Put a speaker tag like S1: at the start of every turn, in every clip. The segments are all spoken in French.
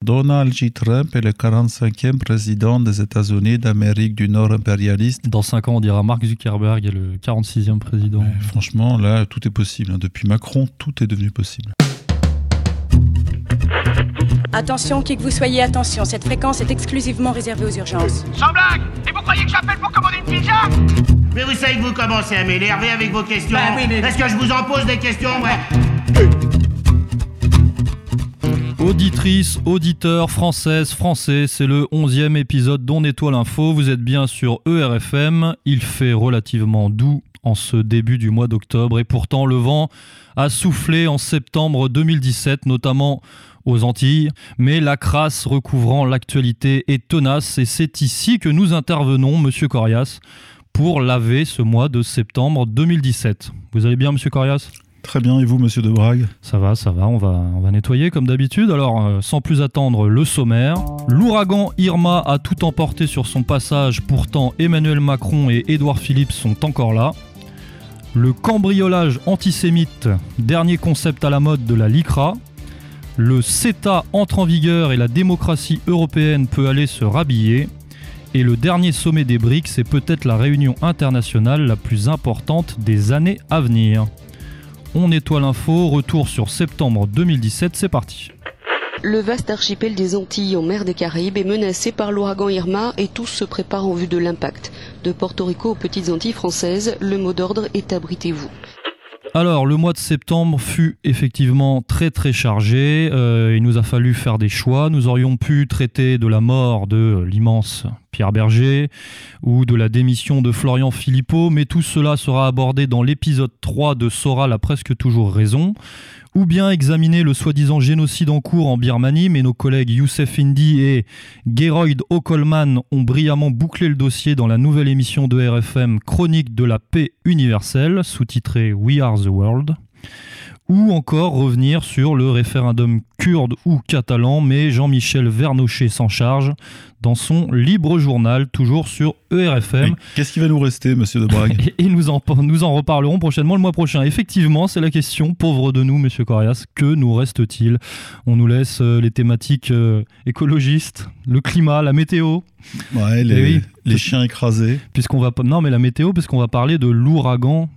S1: Donald J. Trump est le 45e président des États-Unis d'Amérique du Nord impérialiste.
S2: Dans 5 ans, on dira Mark Zuckerberg est le 46e président.
S1: Mais franchement, là, tout est possible. Depuis Macron, tout est devenu possible.
S3: Attention, qui que vous soyez, attention, cette fréquence est exclusivement réservée aux urgences.
S4: Sans blague! Et vous croyez que j'appelle pour commander une pizza?
S5: Mais vous savez que vous commencez à m'énerver avec vos questions.
S4: Bah oui, mais...
S5: Est-ce que je vous en pose des questions, ouais?
S2: Auditrices, auditeurs, françaises, français, c'est le 11e épisode d'On Nettoie l'info. Vous êtes bien sur ERFM. Il fait relativement doux en ce début du mois d'octobre et pourtant le vent a soufflé en septembre 2017, notamment aux Antilles, mais la crasse recouvrant l'actualité est tenace et c'est ici que nous intervenons, Monsieur Corias, pour laver ce mois de septembre 2017. Vous allez bien, Monsieur Corias ?
S1: Très bien, et vous, Monsieur de Brague ?
S2: Ça va, on va nettoyer comme d'habitude. Alors, sans plus attendre, le sommaire. L'ouragan Irma a tout emporté sur son passage, pourtant Emmanuel Macron et Édouard Philippe sont encore là. Le cambriolage antisémite, dernier concept à la mode de la LICRA. Le CETA entre en vigueur et la démocratie européenne peut aller se rhabiller. Et le dernier sommet des BRICS, c'est peut-être la réunion internationale la plus importante des années à venir. On nettoie l'info, retour sur septembre 2017, c'est parti.
S6: Le vaste archipel des Antilles en mer des Caraïbes est menacé par l'ouragan Irma et tous se préparent en vue de l'impact. De Porto Rico aux petites Antilles françaises, le mot d'ordre est abritez-vous.
S2: Alors, le mois de septembre fut effectivement très très chargé. Il nous a fallu faire des choix. Nous aurions pu traiter de la mort de l'immense Pierre Berger ou de la démission de Florian Philippot, mais tout cela sera abordé dans l'épisode 3 de Soral a presque toujours raison. Ou bien examiner le soi-disant génocide en cours en Birmanie, mais nos collègues Youssef Indy et Geroyd Ockelman ont brillamment bouclé le dossier dans la nouvelle émission de RFM Chronique de la paix universelle, sous-titrée We Are the World. Ou encore revenir sur le référendum kurde ou catalan, mais Jean-Michel Vernochet s'en charge dans son libre journal, toujours sur ERFM.
S1: Et qu'est-ce qui va nous rester, Monsieur de Brague ?
S2: Et nous en reparlerons prochainement, le mois prochain. Effectivement, c'est la question, pauvre de nous, Monsieur Corias, que nous reste-t-il ? On nous laisse les thématiques écologistes, le climat, la météo.
S1: Ouais, les chiens écrasés.
S2: Non, mais la météo, puisqu'on va parler de l'ouragan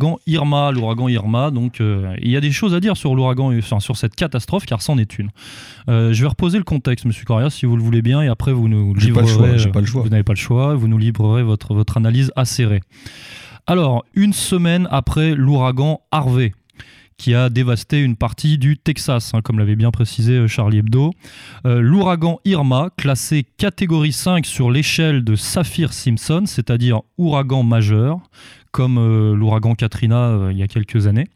S2: Irma. Donc, il y a des choses à dire sur l'ouragan, enfin, sur cette catastrophe, car c'en est une. Je vais reposer le contexte, Monsieur Corias, si vous le voulez bien, et après vous nous livrerez.
S1: J'ai pas le choix.
S2: Vous n'avez pas le choix. Vous nous livrerez votre analyse acérée. Alors, une semaine après l'ouragan Harvey, qui a dévasté une partie du Texas, comme l'avait bien précisé Charlie Hebdo. L'ouragan Irma, classé catégorie 5 sur l'échelle de Saffir-Simpson, c'est-à-dire ouragan majeur, comme l'ouragan Katrina il y a quelques années.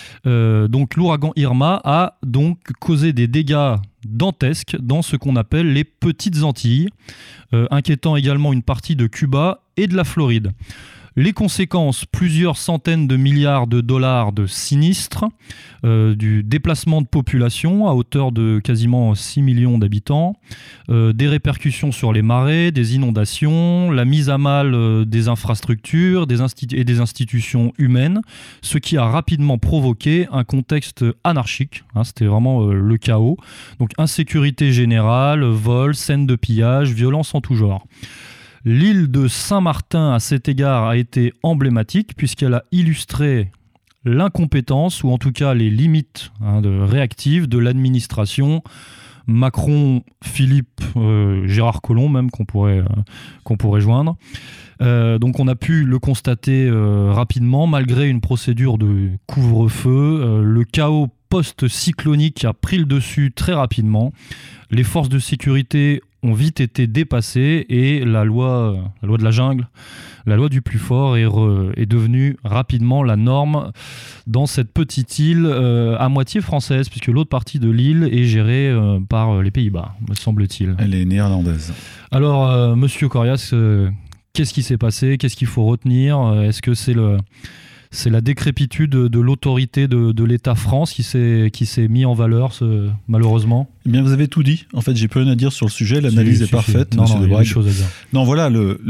S2: Donc l'ouragan Irma a donc causé des dégâts dantesques dans ce qu'on appelle les petites Antilles, inquiétant également une partie de Cuba et de la Floride. Les conséquences, plusieurs centaines de milliards de dollars de sinistres, du déplacement de population à hauteur de quasiment 6 millions d'habitants, des répercussions sur les marées, des inondations, la mise à mal des infrastructures et des institutions humaines, ce qui a rapidement provoqué un contexte anarchique, c'était vraiment le chaos. Donc insécurité générale, vols, scènes de pillage, violence en tout genre. L'île de Saint-Martin, à cet égard, a été emblématique puisqu'elle a illustré l'incompétence, ou en tout cas les limites réactives de l'administration Macron, Philippe, Gérard Collomb même, qu'on pourrait joindre. Donc on a pu le constater rapidement, malgré une procédure de couvre-feu. Le chaos post-cyclonique a pris le dessus très rapidement. Les forces de sécurité ont vite été dépassées et la loi de la jungle, la loi du plus fort est devenue rapidement la norme dans cette petite île à moitié française, puisque l'autre partie de l'île est gérée par les Pays-Bas, me semble-t-il.
S1: Elle est néerlandaise.
S2: Alors, Monsieur Corias, qu'est-ce qui s'est passé ? Qu'est-ce qu'il faut retenir ? Est-ce que c'est la décrépitude de l'autorité de l'État France qui s'est mis en valeur, malheureusement?
S1: Eh bien, vous avez tout dit. En fait, j'ai plus rien à dire sur le sujet. L'analyse est parfaite.
S2: Non, il y a des choses à dire.
S1: Non, voilà,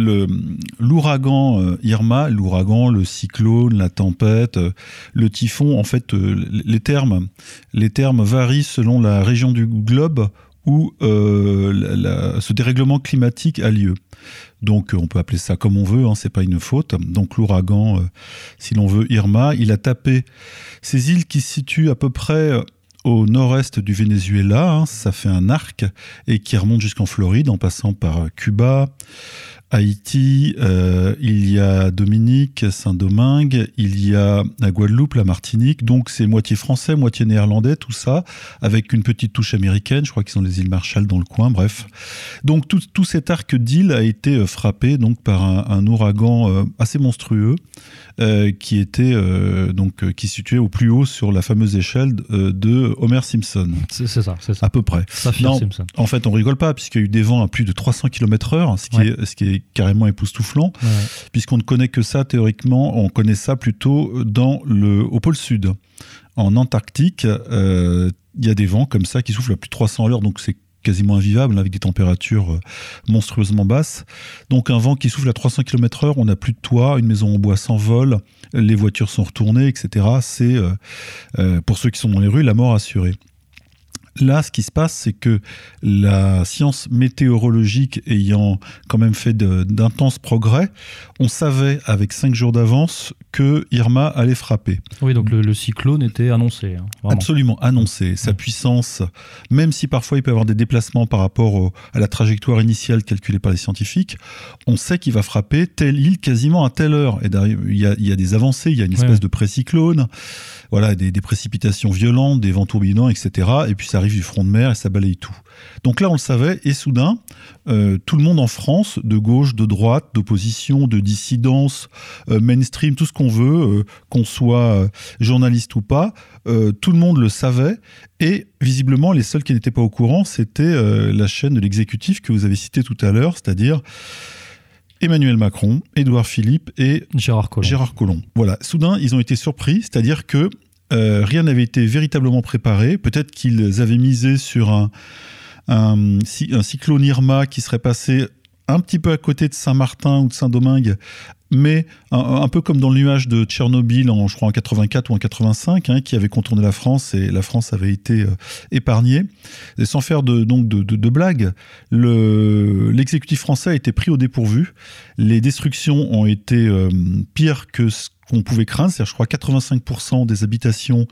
S1: l'ouragan Irma, le cyclone, la tempête, le typhon, en fait, les termes varient selon la région du globe où ce dérèglement climatique a lieu. Donc on peut appeler ça comme on veut, c'est pas une faute. Donc l'ouragan, si l'on veut, Irma, il a tapé ces îles qui se situent à peu près au nord-est du Venezuela, ça fait un arc, et qui remonte jusqu'en Floride en passant par Cuba, Haïti, il y a Dominique, Saint-Domingue, il y a la Guadeloupe, la Martinique, donc c'est moitié français, moitié néerlandais, tout ça, avec une petite touche américaine, je crois qu'ils ont les îles Marshall dans le coin, bref. Donc tout cet arc d'îles a été frappé donc, par un ouragan assez monstrueux, qui était qui se situait au plus haut sur la fameuse échelle de Homer Simpson.
S2: C'est ça.
S1: À peu près.
S2: Simpson.
S1: En fait, on rigole pas, puisqu'il y a eu des vents à plus de 300 km/h, ce qui est carrément époustouflant, puisqu'on ne connaît que ça théoriquement, on connaît ça plutôt au pôle sud. En Antarctique, il y a des vents comme ça qui soufflent à plus de 300 à l'heure, donc c'est quasiment invivable, avec des températures monstrueusement basses. Donc un vent qui souffle à 300 km/h, on n'a plus de toit, une maison en bois s'envole, les voitures sont retournées, etc. C'est, pour ceux qui sont dans les rues, la mort assurée. Là, ce qui se passe, c'est que la science météorologique ayant quand même fait d'intenses progrès, on savait avec 5 jours d'avance que Irma allait frapper.
S2: Oui, donc le cyclone était annoncé.
S1: Absolument annoncé. Sa puissance, même si parfois il peut y avoir des déplacements par rapport à la trajectoire initiale calculée par les scientifiques, on sait qu'il va frapper telle île quasiment à telle heure. Et il y a des avancées, il y a une espèce de précyclone, voilà, des précipitations violentes, des vents tourbillonnants, etc. Et puis ça arrive du front de mer et ça balaye tout. Donc là, on le savait, et soudain, tout le monde en France, de gauche, de droite, d'opposition, de dissidence, mainstream, tout ce qu'on veut, qu'on soit journaliste ou pas, tout le monde le savait, et visiblement, les seuls qui n'étaient pas au courant, c'était la chaîne de l'exécutif que vous avez citée tout à l'heure, c'est-à-dire Emmanuel Macron, Édouard Philippe et Gérard Collomb. Voilà, soudain, ils ont été surpris, c'est-à-dire que rien n'avait été véritablement préparé. Peut-être qu'ils avaient misé sur un cyclone Irma qui serait passé un petit peu à côté de Saint-Martin ou de Saint-Domingue, mais un peu comme dans le nuage de Tchernobyl, je crois en 84 ou en 85, qui avait contourné la France, et la France avait été épargnée. Et sans faire de blagues, l'exécutif français a été pris au dépourvu. Les destructions ont été pires que ce qu'on pouvait craindre, c'est-à-dire, je crois, 85% des habitations,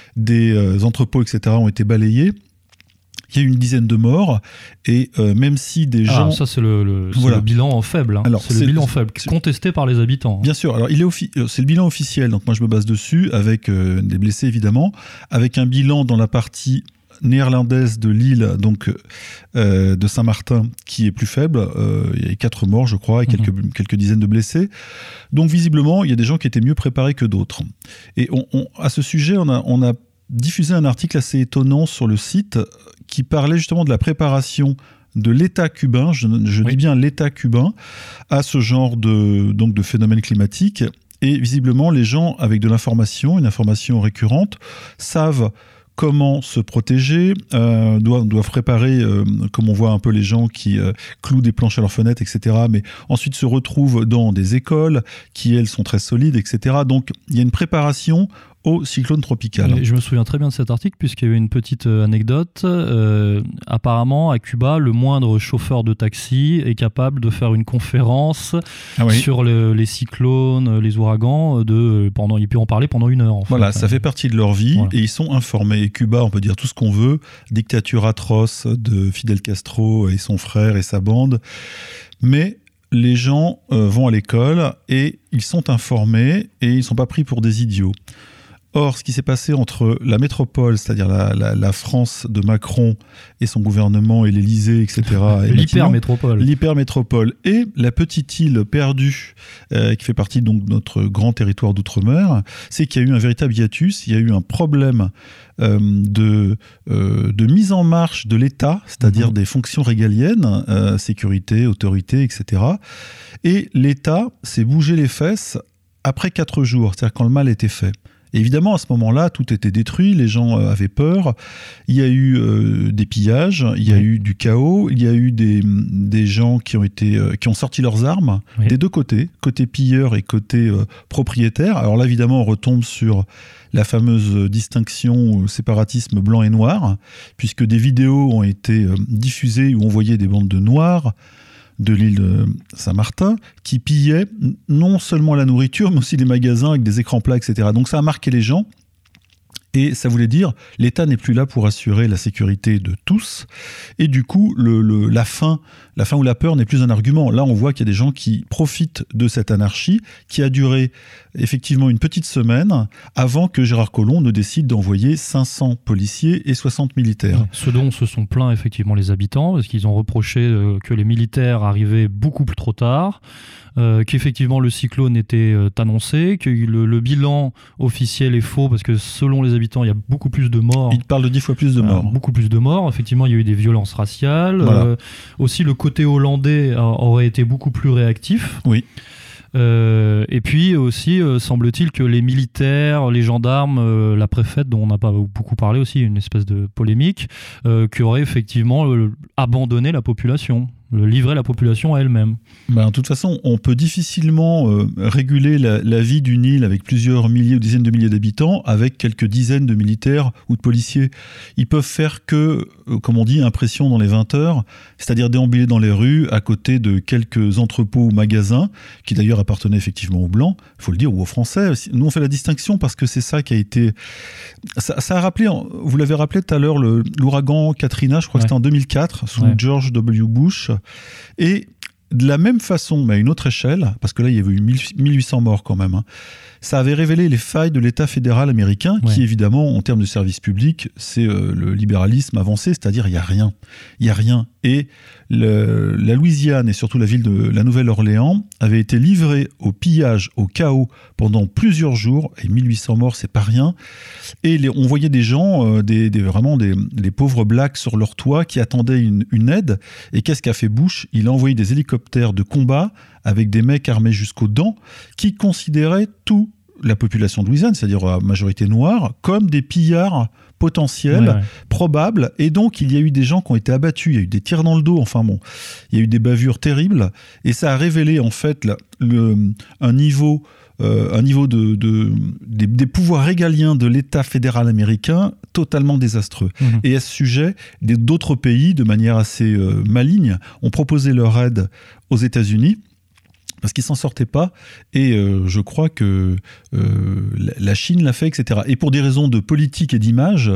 S1: des entrepôts, etc., ont été balayés. Il y a eu une dizaine de morts, et même si des gens...
S2: ça c'est le bilan faible. Alors, c'est le bilan faible, contesté par les habitants.
S1: Bien sûr, alors c'est le bilan officiel, donc moi je me base dessus, avec des blessés évidemment, avec un bilan dans la partie néerlandaise de l'île, donc de Saint-Martin, qui est plus faible. Il y a 4 morts, je crois, et quelques dizaines de blessés. Donc visiblement, il y a des gens qui étaient mieux préparés que d'autres. Et à ce sujet, on a diffusé un article assez étonnant sur le site qui parlait justement de la préparation de l'État cubain, je dis bien l'État cubain, à ce genre de phénomène climatique. Et visiblement, les gens avec de l'information, une information récurrente, savent comment se protéger, doivent préparer, comme on voit un peu les gens qui clouent des planches à leurs fenêtres, etc., mais ensuite se retrouvent dans des écoles qui, elles, sont très solides, etc. Donc, il y a une préparation au cyclone tropical.
S2: Et je me souviens très bien de cet article, puisqu'il y avait une petite anecdote. Apparemment, à Cuba, le moindre chauffeur de taxi est capable de faire une conférence sur les cyclones, les ouragans, et puis en parler pendant 1 heure.
S1: Voilà, ça fait partie de leur vie, et ils sont informés. Et Cuba, on peut dire tout ce qu'on veut, dictature atroce de Fidel Castro et son frère et sa bande, mais les gens vont à l'école et ils sont informés et ils ne sont pas pris pour des idiots. Or, ce qui s'est passé entre la métropole, c'est-à-dire la France de Macron et son gouvernement et l'Élysée, etc. L'hypermétropole et la petite île perdue qui fait partie donc de notre grand territoire d'outre-mer, c'est qu'il y a eu un véritable hiatus, il y a eu un problème de mise en marche de l'État, c'est-à-dire des fonctions régaliennes, sécurité, autorité, etc. Et l'État s'est bougé les fesses après 4 jours, c'est-à-dire quand le mal était fait. Et évidemment, à ce moment-là, tout était détruit, les gens avaient peur, il y a eu des pillages, il y a eu du chaos, il y a eu des gens qui ont sorti leurs armes, des deux côtés, côté pilleur et côté propriétaire. Alors là, évidemment, on retombe sur la fameuse distinction séparatisme blanc et noir, puisque des vidéos ont été diffusées où on voyait des bandes de noirs de l'île de Saint-Martin, qui pillaient non seulement la nourriture, mais aussi les magasins avec des écrans plats, etc. Donc ça a marqué les gens, et ça voulait dire l'État n'est plus là pour assurer la sécurité de tous, et du coup, la faim ou la peur n'est plus un argument. Là, on voit qu'il y a des gens qui profitent de cette anarchie, qui a duré effectivement une petite semaine, avant que Gérard Collomb ne décide d'envoyer 500 policiers et 60 militaires.
S2: Ce dont se sont plaints effectivement les habitants, parce qu'ils ont reproché que les militaires arrivaient beaucoup plus trop tard, qu'effectivement le cyclone était annoncé, que le bilan officiel est faux, parce que selon les habitants, il y a beaucoup plus de morts.
S1: Il parle de 10 fois plus de morts.
S2: Beaucoup plus de morts. Effectivement, il y a eu des violences raciales.
S1: Voilà.
S2: Aussi, le côté hollandais aurait été beaucoup plus réactif.
S1: Oui.
S2: Et puis aussi, semble-t-il que les militaires, les gendarmes, la préfète, dont on n'a pas beaucoup parlé aussi, une espèce de polémique, qui auraient effectivement abandonné la population, livrer la population à elle-même.
S1: De toute façon, on peut difficilement réguler la vie d'une île avec plusieurs milliers ou dizaines de milliers d'habitants avec quelques dizaines de militaires ou de policiers. Ils peuvent faire que, comme on dit, impression dans les 20 heures, c'est-à-dire déambuler dans les rues à côté de quelques entrepôts ou magasins, qui d'ailleurs appartenaient effectivement aux Blancs, il faut le dire, ou aux Français. Nous, on fait la distinction parce que c'est ça qui a été... Ça a rappelé, vous l'avez rappelé tout à l'heure, l'ouragan Katrina, je crois que c'était en 2004, sous George W. Bush. Et de la même façon, mais à une autre échelle, parce que là, il y avait eu 1800 morts quand même, ça avait révélé les failles de l'État fédéral américain, qui évidemment, en termes de service public, c'est le libéralisme avancé, c'est-à-dire il n'y a rien. Il n'y a rien. Et la Louisiane, et surtout la ville de la Nouvelle-Orléans, avait été livrée au pillage, au chaos, pendant plusieurs jours, et 1800 morts, c'est pas rien. Et on voyait des gens, vraiment des pauvres blacks sur leur toit, qui attendaient une aide. Et qu'est-ce qu'a fait Bush ? Il a envoyé des hélicoptères de combat, avec des mecs armés jusqu'aux dents, qui considéraient toute la population de Louisiane, c'est-à-dire à majorité noire, comme des pillards potentiels, probables. Et donc, il y a eu des gens qui ont été abattus, il y a eu des tirs dans le dos, il y a eu des bavures terribles. Et ça a révélé, en fait, un niveau des pouvoirs régaliens de l'État fédéral américain totalement désastreux. Et à ce sujet, d'autres pays, de manière assez maligne, ont proposé leur aide aux États-Unis, parce qu'ils ne s'en sortaient pas, et je crois que la Chine l'a fait, etc. Et pour des raisons de politique et d'image,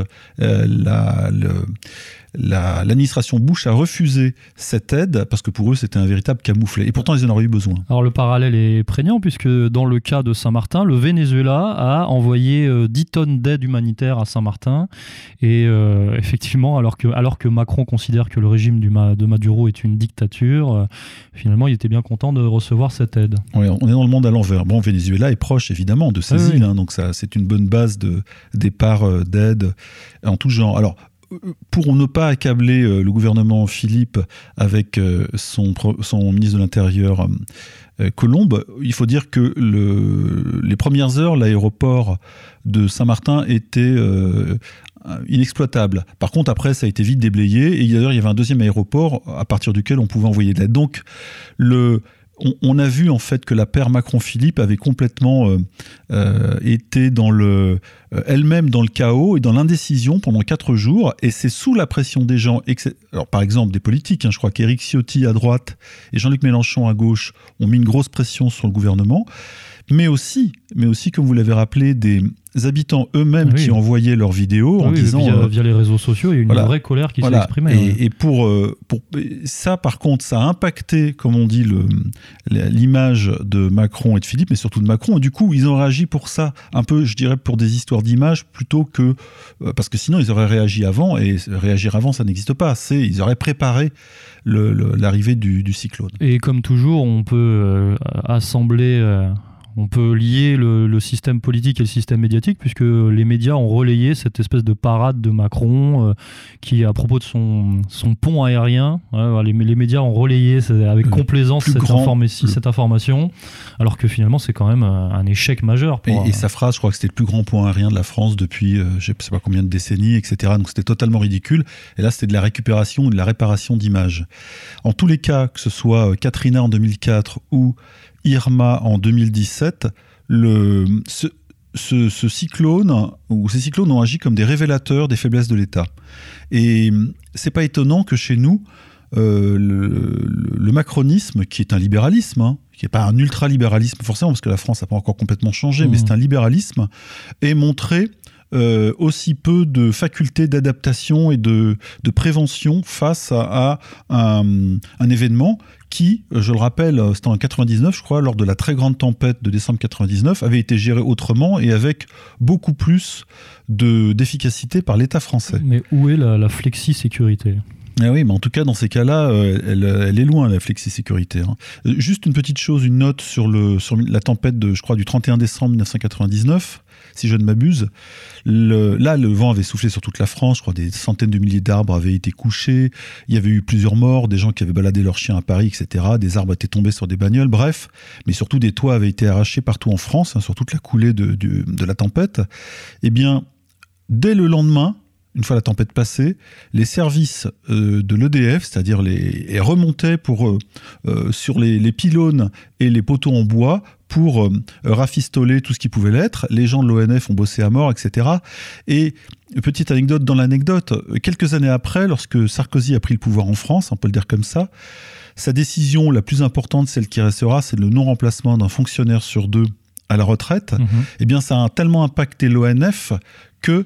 S1: l'administration Bush a refusé cette aide, parce que pour eux, c'était un véritable camouflet. Et pourtant, ils en auraient eu besoin.
S2: Alors, le parallèle est prégnant, puisque dans le cas de Saint-Martin, le Venezuela a envoyé 10 tonnes d'aide humanitaire à Saint-Martin. Et effectivement, alors que Macron considère que le régime de Maduro est une dictature, finalement, il était bien content de recevoir cette aide.
S1: Oui, on est dans le monde à l'envers. Bon, Venezuela est proche, évidemment, de ces îles, donc ça, c'est une bonne base de départ d'aide en tout genre. Alors, pour ne pas accabler le gouvernement Philippe avec son ministre de l'Intérieur Colombe, il faut dire que les premières heures, l'aéroport de Saint-Martin était inexploitable. Par contre, après, ça a été vite déblayé, et d'ailleurs, il y avait un deuxième aéroport à partir duquel on pouvait envoyer de l'aide. Donc, on a vu en fait que la paire Macron-Philippe avait complètement été elle-même dans le chaos et dans l'indécision pendant 4 jours, et c'est sous la pression des gens, alors par exemple des politiques, je crois qu'Éric Ciotti à droite et Jean-Luc Mélenchon à gauche ont mis une grosse pression sur le gouvernement, mais aussi, comme vous l'avez rappelé, des habitants eux-mêmes qui envoyaient leurs vidéos en disant...
S2: Via les réseaux sociaux, il y a eu une vraie colère qui s'est exprimée.
S1: Et pour ça, par contre, ça a impacté, comme on dit, l'image de Macron et de Philippe, mais surtout de Macron. Et du coup, ils ont réagi pour ça, un peu, je dirais, pour des histoires d'image, plutôt que... parce que sinon, ils auraient réagi avant, et réagir avant, ça n'existe pas. Ils auraient préparé l'arrivée du cyclone.
S2: Et comme toujours, on peut assembler... on peut lier le système politique et le système médiatique, puisque les médias ont relayé cette espèce de parade de Macron qui, à propos de son pont aérien, les médias ont relayé avec complaisance cette information, alors que finalement c'est quand même un échec majeur.
S1: Et sa phrase, je crois que c'était le plus grand pont aérien de la France depuis je ne sais pas combien de décennies, etc. Donc c'était totalement ridicule. Et là, c'était de la récupération ou de la réparation d'images. En tous les cas, que ce soit Katrina en 2004 ou Irma en 2017, ce cyclone ou ces cyclones ont agi comme des révélateurs des faiblesses de l'État. Et c'est pas étonnant que chez nous, le macronisme, qui est un libéralisme, qui n'est pas un ultralibéralisme forcément, parce que la France n'a pas encore complètement changé, mais c'est un libéralisme, ait montré aussi peu de facultés d'adaptation et de prévention face à un événement qui, je le rappelle, c'était en 99, je crois, lors de la très grande tempête de décembre 99, avait été géré autrement et avec beaucoup plus d'efficacité par l'État français.
S2: Mais où est la flexi-sécurité ?
S1: Ah oui, mais en tout cas, dans ces cas-là, elle est loin, la flexi-sécurité. Hein. Juste une petite chose, une note sur la tempête je crois, du 31 décembre 1999, si je ne m'abuse. Là, le vent avait soufflé sur toute la France. Je crois des centaines de milliers d'arbres avaient été couchés. Il y avait eu plusieurs morts, des gens qui avaient baladé leurs chiens à Paris, etc. Des arbres étaient tombés sur des bagnoles, bref. Mais surtout, des toits avaient été arrachés partout en France, sur toute la coulée de la tempête. Eh bien, dès le lendemain, une fois la tempête passée, les services de l'EDF, c'est-à-dire remontaient sur les pylônes et les poteaux en bois pour rafistoler tout ce qui pouvait l'être. Les gens de l'ONF ont bossé à mort, etc. Et petite anecdote dans l'anecdote, quelques années après, lorsque Sarkozy a pris le pouvoir en France, on peut le dire comme ça, sa décision la plus importante, celle qui restera, c'est le non-remplacement d'un fonctionnaire sur 2 à la retraite. Eh bien, ça a tellement impacté l'ONF que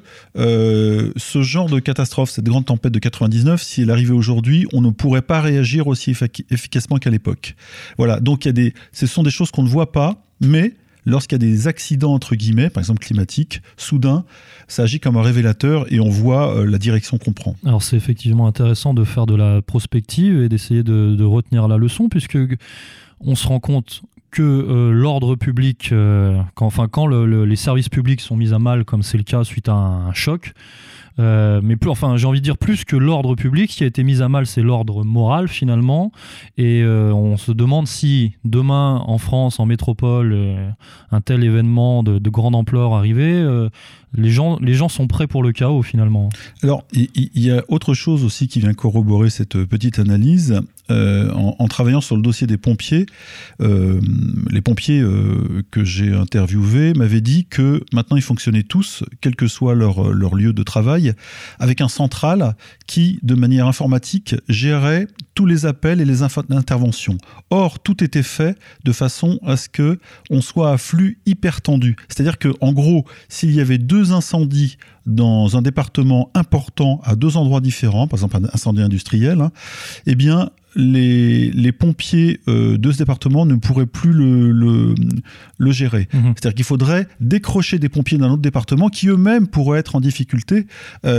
S1: ce genre de catastrophe, cette grande tempête de 99, si elle arrivait aujourd'hui, on ne pourrait pas réagir aussi efficacement qu'à l'époque. Voilà, donc ce sont des choses qu'on ne voit pas, mais lorsqu'il y a des accidents, entre guillemets, par exemple climatiques, soudain, ça agit comme un révélateur et on voit la direction qu'on prend. Alors
S2: c'est effectivement intéressant de faire de la prospective et d'essayer de retenir la leçon, puisque on se rend compte que l'ordre public, quand les services publics sont mis à mal, comme c'est le cas suite à un choc, mais j'ai envie de dire plus que l'ordre public, ce qui a été mis à mal, c'est l'ordre moral finalement. Et on se demande si demain en France, en métropole, un tel événement de grande ampleur arrivait, les gens sont prêts pour le chaos finalement.
S1: Alors il y a autre chose aussi qui vient corroborer cette petite analyse. En travaillant sur le dossier des pompiers, les pompiers que j'ai interviewés m'avaient dit que maintenant ils fonctionnaient tous, quel que soit leur lieu de travail, avec un central qui, de manière informatique, gérait tous les appels et les interventions. Or, tout était fait de façon à ce qu'on soit à flux hyper tendu. C'est-à-dire qu'en gros, s'il y avait 2 incendies dans un département important à 2 endroits différents, par exemple un incendie industriel, eh bien, les pompiers de ce département ne pourraient plus le gérer. C'est-à-dire qu'il faudrait décrocher des pompiers d'un autre département qui eux-mêmes pourraient être en difficulté,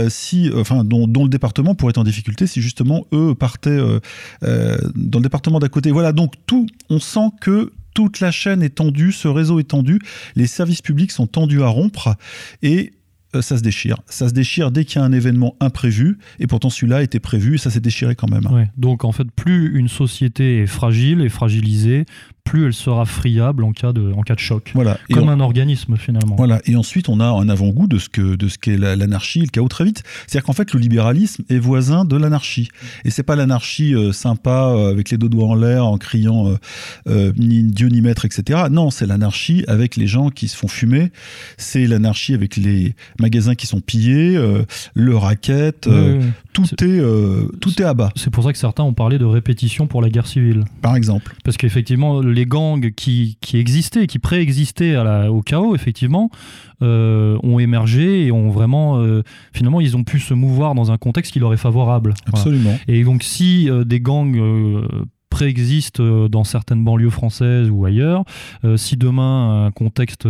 S1: dont le département pourrait être en difficulté si justement eux partaient dans le département d'à côté. Voilà, donc on sent que toute la chaîne est tendue, ce réseau est tendu, les services publics sont tendus à rompre et ça se déchire. Ça se déchire dès qu'il y a un événement imprévu, et pourtant celui-là était prévu, et ça s'est déchiré quand même.
S2: Ouais, donc en fait, plus une société est fragile et fragilisée, plus elle sera friable en cas de choc.
S1: Voilà.
S2: Comme un organisme finalement.
S1: Voilà. Et ensuite, on a un avant-goût de ce qu'est l'anarchie, le chaos très vite. C'est-à-dire qu'en fait, le libéralisme est voisin de l'anarchie. Et c'est pas l'anarchie sympa avec les 2 doigts en l'air en criant ni Dieu ni maître, etc. Non, c'est l'anarchie avec les gens qui se font fumer. C'est l'anarchie avec les magasins qui sont pillés, le racket. Tout est à bas.
S2: C'est pour ça que certains ont parlé de répétition pour la guerre civile.
S1: Par exemple.
S2: Parce qu'effectivement, les gangs qui existaient, qui préexistaient au chaos, effectivement, ont émergé et ont vraiment... finalement, ils ont pu se mouvoir dans un contexte qui leur est favorable.
S1: Absolument.
S2: Voilà. Et donc, si des gangs préexiste dans certaines banlieues françaises ou ailleurs. Si demain un contexte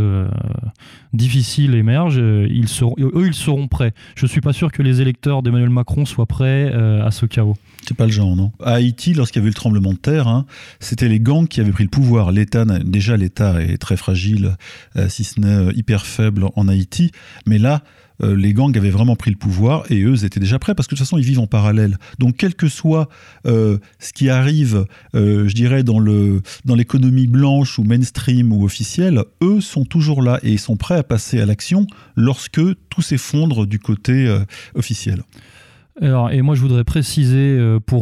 S2: difficile émerge, ils seront prêts. Je ne suis pas sûr que les électeurs d'Emmanuel Macron soient prêts à ce chaos.
S1: C'est pas le genre, non. À Haïti, lorsqu'il y avait eu le tremblement de terre, c'était les gangs qui avaient pris le pouvoir. L'État est très fragile, si ce n'est hyper faible en Haïti. Mais là, les gangs avaient vraiment pris le pouvoir et eux étaient déjà prêts parce que de toute façon, ils vivent en parallèle. Donc, quel que soit ce qui arrive, je dirais, dans l'économie blanche ou mainstream ou officielle, eux sont toujours là et ils sont prêts à passer à l'action lorsque tout s'effondre du côté officiel.
S2: Alors, et moi, je voudrais préciser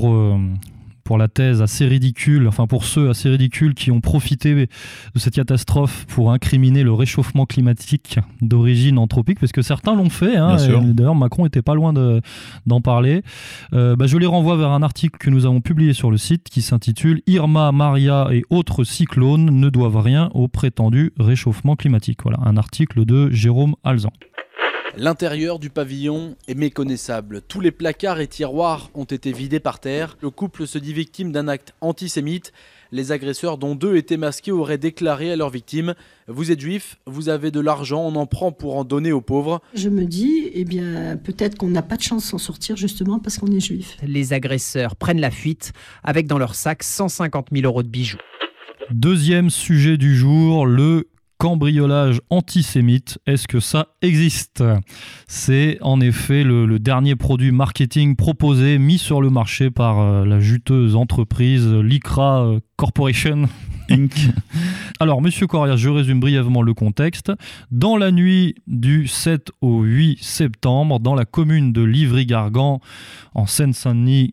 S2: pour la thèse assez ridicule, enfin pour ceux assez ridicules qui ont profité de cette catastrophe pour incriminer le réchauffement climatique d'origine anthropique, parce que certains l'ont fait, d'ailleurs Macron n'était pas loin d'en parler. Je les renvoie vers un article que nous avons publié sur le site qui s'intitule « Irma, Maria et autres cyclones ne doivent rien au prétendu réchauffement climatique ». Voilà, un article de Jérôme Alzan.
S7: L'intérieur du pavillon est méconnaissable. Tous les placards et tiroirs ont été vidés par terre. Le couple se dit victime d'un acte antisémite. Les agresseurs, dont 2 étaient masqués, auraient déclaré à leurs victimes « Vous êtes juifs, vous avez de l'argent, on en prend pour en donner aux pauvres ».
S8: Je me dis, peut-être qu'on n'a pas de chance de s'en sortir justement parce qu'on est juif.
S9: Les agresseurs prennent la fuite avec dans leur sac 150 000 € de bijoux.
S2: Deuxième sujet du jour, le cambriolage antisémite, est-ce que ça existe ? C'est en effet le dernier produit marketing proposé, mis sur le marché par la juteuse entreprise Lycra Corporation Inc. Alors, Monsieur Corrias, je résume brièvement le contexte. Dans la nuit du 7 au 8 septembre, dans la commune de Livry-Gargan, en Seine-Saint-Denis,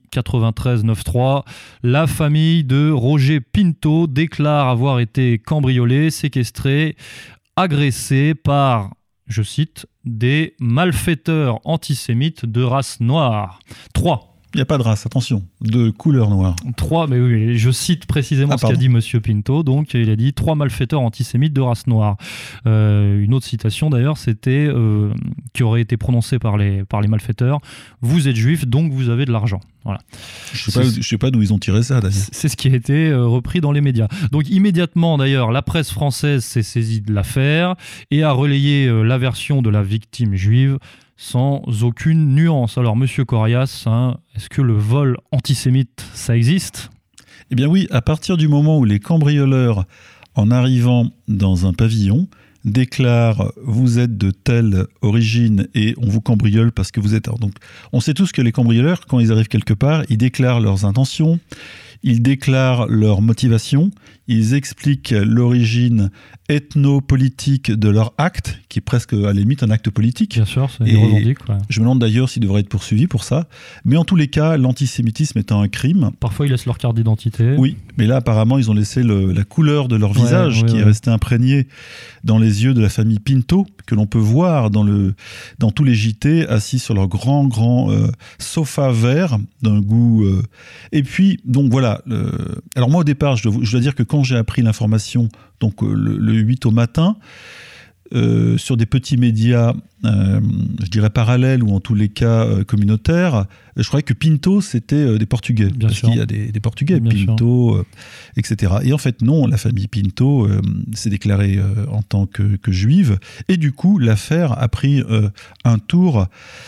S2: 93-93, la famille de Roger Pinto déclare avoir été cambriolée, séquestrée, agressée par, je cite, des malfaiteurs antisémites de race noire. 3.
S1: Il n'y a pas de race, attention, de couleur noire.
S2: 3, mais oui, je cite précisément ce qu'a dit Monsieur Pinto. Donc, il a dit 3 malfaiteurs antisémites de race noire. Une autre citation d'ailleurs, c'était qui aurait été prononcée par les malfaiteurs. Vous êtes juif, donc vous avez de l'argent. Voilà.
S1: Je ne sais pas d'où ils ont tiré ça d'ailleurs.
S2: C'est ce qui a été repris dans les médias. Donc immédiatement d'ailleurs, la presse française s'est saisie de l'affaire et a relayé la version de la victime juive sans aucune nuance. Alors, Monsieur Corrias, est-ce que le vol antisémite, ça existe ?
S1: Eh bien oui, à partir du moment où les cambrioleurs, en arrivant dans un pavillon, déclarent « vous êtes de telle origine et on vous cambriole parce que vous êtes... » Donc, on sait tous que les cambrioleurs, quand ils arrivent quelque part, ils déclarent leurs intentions, ils déclarent leur motivation, ils expliquent l'origine ethno-politique de leur acte, qui est presque à la limite un acte politique.
S2: Bien sûr, c'est revendique. Ouais.
S1: Je me demande d'ailleurs s'ils devraient être poursuivis pour ça. Mais en tous les cas, l'antisémitisme étant un crime...
S2: Parfois, ils laissent leur carte d'identité.
S1: Oui, mais là, apparemment, ils ont laissé la couleur de leur visage qui est restée imprégnée dans les yeux de la famille Pinto, que l'on peut voir dans tous les JT, assis sur leur grand sofa vert, d'un goût... Et puis, donc voilà. Alors moi, au départ, je dois dire que quand j'ai appris l'information, donc le 8 au matin, sur des petits médias, je dirais parallèles ou en tous les cas communautaires, je croyais que Pinto, c'était des Portugais.
S2: Bien
S1: parce
S2: sûr.
S1: qu'il y a des Portugais,
S2: Bien
S1: Pinto, etc. Et en fait, non, la famille Pinto s'est déclarée en tant que juive. Et du coup, l'affaire a pris un tour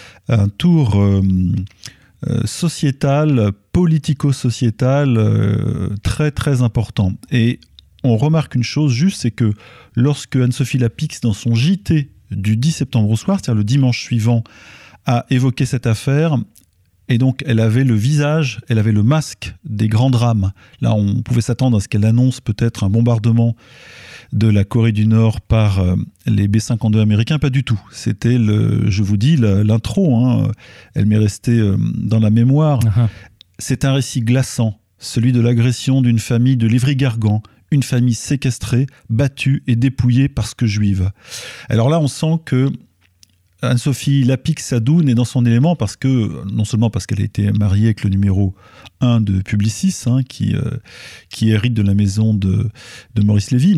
S1: sociétal, politico-sociétal très très important. Et on remarque une chose juste, c'est que lorsque Anne-Sophie Lapix, dans son JT du 10 septembre au soir, c'est-à-dire le dimanche suivant, a évoqué cette affaire, et donc elle avait le visage, elle avait le masque des grands drames. Là, on pouvait s'attendre à ce qu'elle annonce peut-être un bombardement de la Corée du Nord par les B-52 américains, pas du tout. C'était, je vous dis, l'intro, elle m'est restée dans la mémoire.
S2: Uh-huh.
S1: C'est un récit glaçant, celui de l'agression d'une famille de Livry-Gargan, une famille séquestrée, battue et dépouillée parce que juive. Alors là, on sent que Anne-Sophie Lapix-Sadoun est dans son élément parce que, non seulement parce qu'elle a été mariée avec le numéro 1 de Publicis, qui hérite de la maison de Maurice Lévy, mais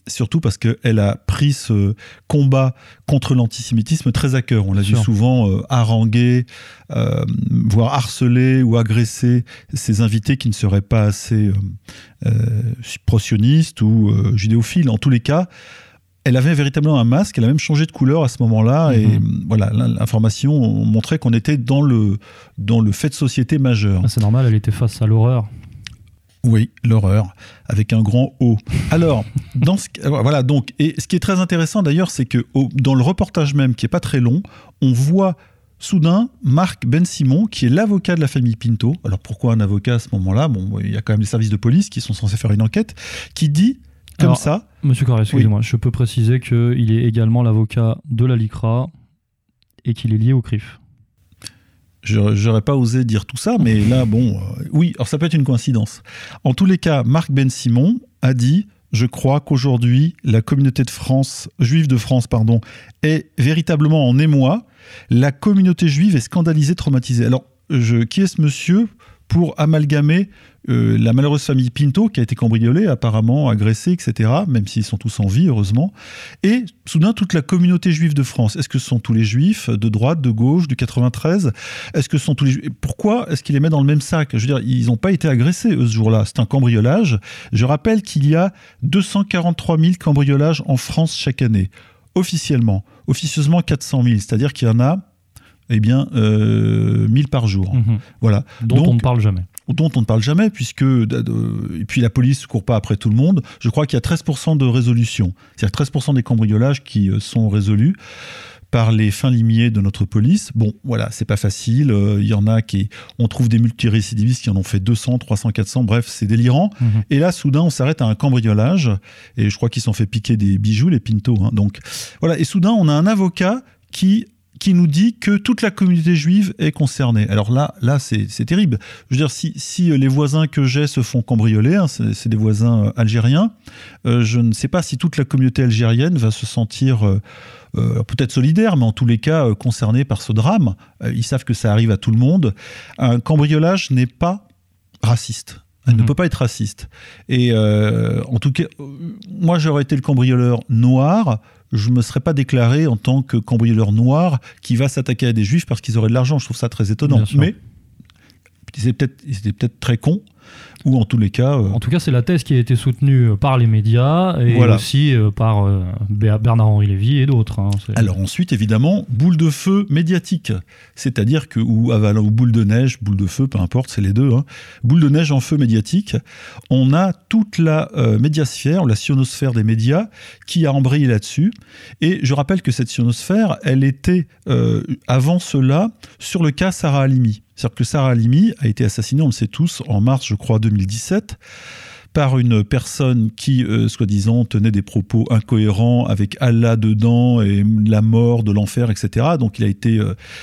S1: surtout parce qu'elle a pris ce combat contre l'antisémitisme très à cœur. On l'a vu souvent haranguer, voire harceler ou agresser ses invités qui ne seraient pas assez pro-sionistes ou judéophiles. En tous les cas, elle avait véritablement un masque, elle a même changé de couleur à ce moment-là, et voilà, l'information montrait qu'on était dans le fait de société majeur.
S2: C'est normal, elle était face à l'horreur.
S1: Oui, l'horreur, avec un grand O. Alors, voilà, donc, et ce qui est très intéressant d'ailleurs, c'est que dans le reportage même, qui n'est pas très long, on voit soudain Marc Ben-Simon, qui est l'avocat de la famille Pinto. Alors pourquoi un avocat à ce moment-là ? Bon, il y a quand même les services de police qui sont censés faire une enquête, qui dit... Comme
S2: alors,
S1: ça.
S2: Monsieur Corré, excusez-moi, je peux préciser qu'il est également l'avocat de la LICRA et qu'il est lié au CRIF.
S1: J'aurais pas osé dire tout ça, mais là, bon, oui, alors ça peut être une coïncidence. En tous les cas, Marc Ben-Simon a dit « Je crois qu'aujourd'hui, la communauté juive de France est véritablement en émoi. La communauté juive est scandalisée, traumatisée. » Alors, qui est ce monsieur pour amalgamer la malheureuse famille Pinto, qui a été cambriolée, apparemment agressée, etc., même s'ils sont tous en vie, heureusement, et soudain toute la communauté juive de France. Est-ce que ce sont tous les juifs de droite, de gauche, du 93 ? Est-ce que ce sont tous les juifs ? Pourquoi est-ce qu'ils les mettent dans le même sac ? Je veux dire, ils n'ont pas été agressés, eux, ce jour-là. C'est un cambriolage. Je rappelle qu'il y a 243 000 cambriolages en France chaque année, officiellement. Officieusement, 400 000, c'est-à-dire qu'il y en a 1000 par jour. Voilà.
S2: Dont on ne parle jamais.
S1: Dont on ne parle jamais, puisque et puis la police ne court pas après tout le monde. Je crois qu'il y a 13% de résolution. C'est-à-dire 13% des cambriolages qui sont résolus par les fins limiers de notre police. Bon, voilà, c'est pas facile. Il y en a on trouve des multirécidivistes qui en ont fait 200, 300, 400. Bref, c'est délirant. Et là, soudain, on s'arrête à un cambriolage. Et je crois qu'ils s'en fait piquer des bijoux, les Pinto. Donc, voilà. Et soudain, on a un avocat qui nous dit que toute la communauté juive est concernée. Alors là c'est terrible. Je veux dire, si les voisins que j'ai se font cambrioler, c'est des voisins algériens, je ne sais pas si toute la communauté algérienne va se sentir peut-être solidaire, mais en tous les cas concernée par ce drame. Ils savent que ça arrive à tout le monde. Un cambriolage n'est pas raciste. Elle ne peut pas être raciste. Et en tout cas, moi j'aurais été le cambrioleur noir, je ne me serais pas déclaré en tant que cambrioleur noir qui va s'attaquer à des juifs parce qu'ils auraient de l'argent. Je trouve ça très étonnant. Mais ils étaient peut-être très cons, ou en tous les cas...
S2: En tout cas, c'est la thèse qui a été soutenue par les médias et aussi par Bernard-Henri Lévy et d'autres.
S1: Alors ensuite, évidemment, boule de feu médiatique. C'est-à-dire que, ou boule de neige, boule de feu, peu importe, c'est les deux. Boule de neige en feu médiatique. On a toute la médiasphère, la sionosphère des médias, qui a embrayé là-dessus. Et je rappelle que cette sionosphère, elle était, avant cela, sur le cas Sarah Halimi. C'est-à-dire que Sarah Halimi a été assassinée, on le sait tous, en mars, je crois, 2017, par une personne qui, soi-disant, tenait des propos incohérents avec Allah dedans et la mort, de l'enfer, etc. Donc il a été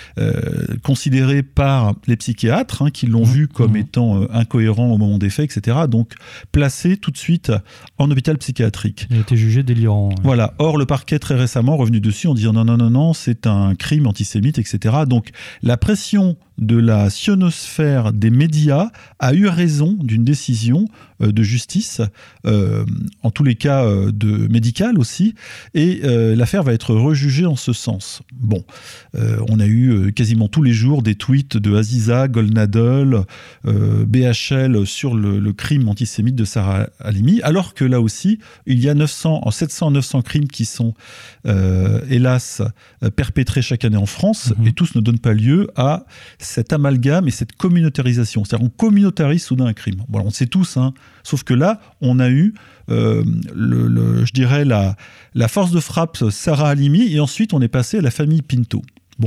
S1: considéré par les psychiatres, qui l'ont vu comme étant incohérent au moment des faits, etc. Donc placé tout de suite en hôpital psychiatrique.
S2: Il a été jugé délirant.
S1: Voilà. Or, le parquet très récemment est revenu dessus en disant non, c'est un crime antisémite, etc. Donc la pression de la sionosphère des médias a eu raison d'une décision de justice, en tous les cas médicale aussi, et l'affaire va être rejugée en ce sens. Bon, on a eu quasiment tous les jours des tweets de Aziza, Golnadel, BHL sur le crime antisémite de Sarah Halimi, alors que là aussi, il y a 700 à 900 crimes qui sont, hélas, perpétrés chaque année en France, et tous ne donnent pas lieu à cet amalgame et cette communautarisation. C'est-à-dire qu'on communautarise soudain un crime. Bon, on le sait tous, sauf que là, on a eu, je dirais, la force de frappe Sarah Halimi, et ensuite on est passé à la famille Pinto. Bon.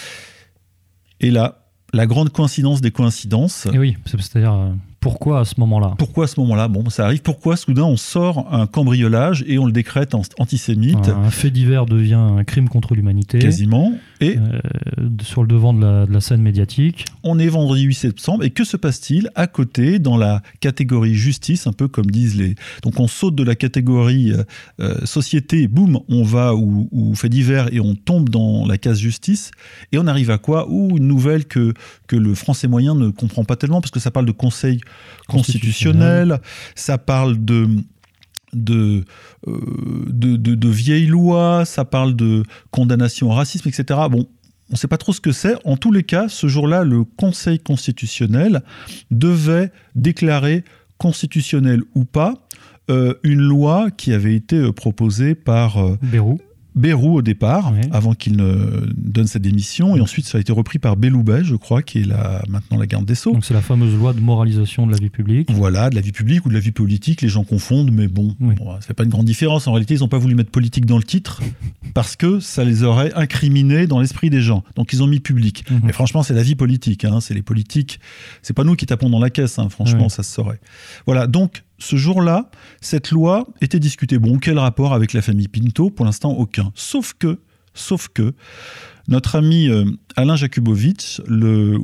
S1: Et là, la grande coïncidence des coïncidences.
S2: Et oui, c'est-à-dire... Pourquoi à ce moment-là ?
S1: Pourquoi à ce moment-là ? Bon, ça arrive. Pourquoi soudain on sort un cambriolage et on le décrète antisémite ?
S2: Un fait divers devient un crime contre l'humanité.
S1: Quasiment. Et
S2: sur le devant de la scène médiatique.
S1: On est vendredi 8 septembre et que se passe-t-il à côté dans la catégorie justice, un peu comme disent les... Donc on saute de la catégorie société, boum, on va ou fait divers et on tombe dans la case justice et on arrive à quoi ? Une nouvelle que le français moyen ne comprend pas tellement parce que ça parle de conseil constitutionnel, ça parle de de vieilles lois, ça parle de condamnation au racisme, etc. Bon, on ne sait pas trop ce que c'est. En tous les cas, ce jour-là, le Conseil constitutionnel devait déclarer constitutionnelle ou pas une loi qui avait été proposée par Bayrou au départ, avant qu'il ne donne sa démission, et ensuite ça a été repris par Belloubet, je crois, qui est maintenant la garde des Sceaux.
S2: Donc c'est la fameuse loi de moralisation de la vie publique.
S1: Voilà, de la vie publique ou de la vie politique, les gens confondent, mais bon, ça fait pas une grande différence. En réalité, ils n'ont pas voulu mettre politique dans le titre, parce que ça les aurait incriminés dans l'esprit des gens. Donc ils ont mis public. Mais franchement, c'est la vie politique, c'est les politiques, c'est pas nous qui tapons dans la caisse, franchement, ça se saurait. Voilà, donc ce jour-là, cette loi était discutée. Bon, quel rapport avec la famille Pinto ? Pour l'instant, aucun. Sauf que notre ami Alain Jakubowicz, le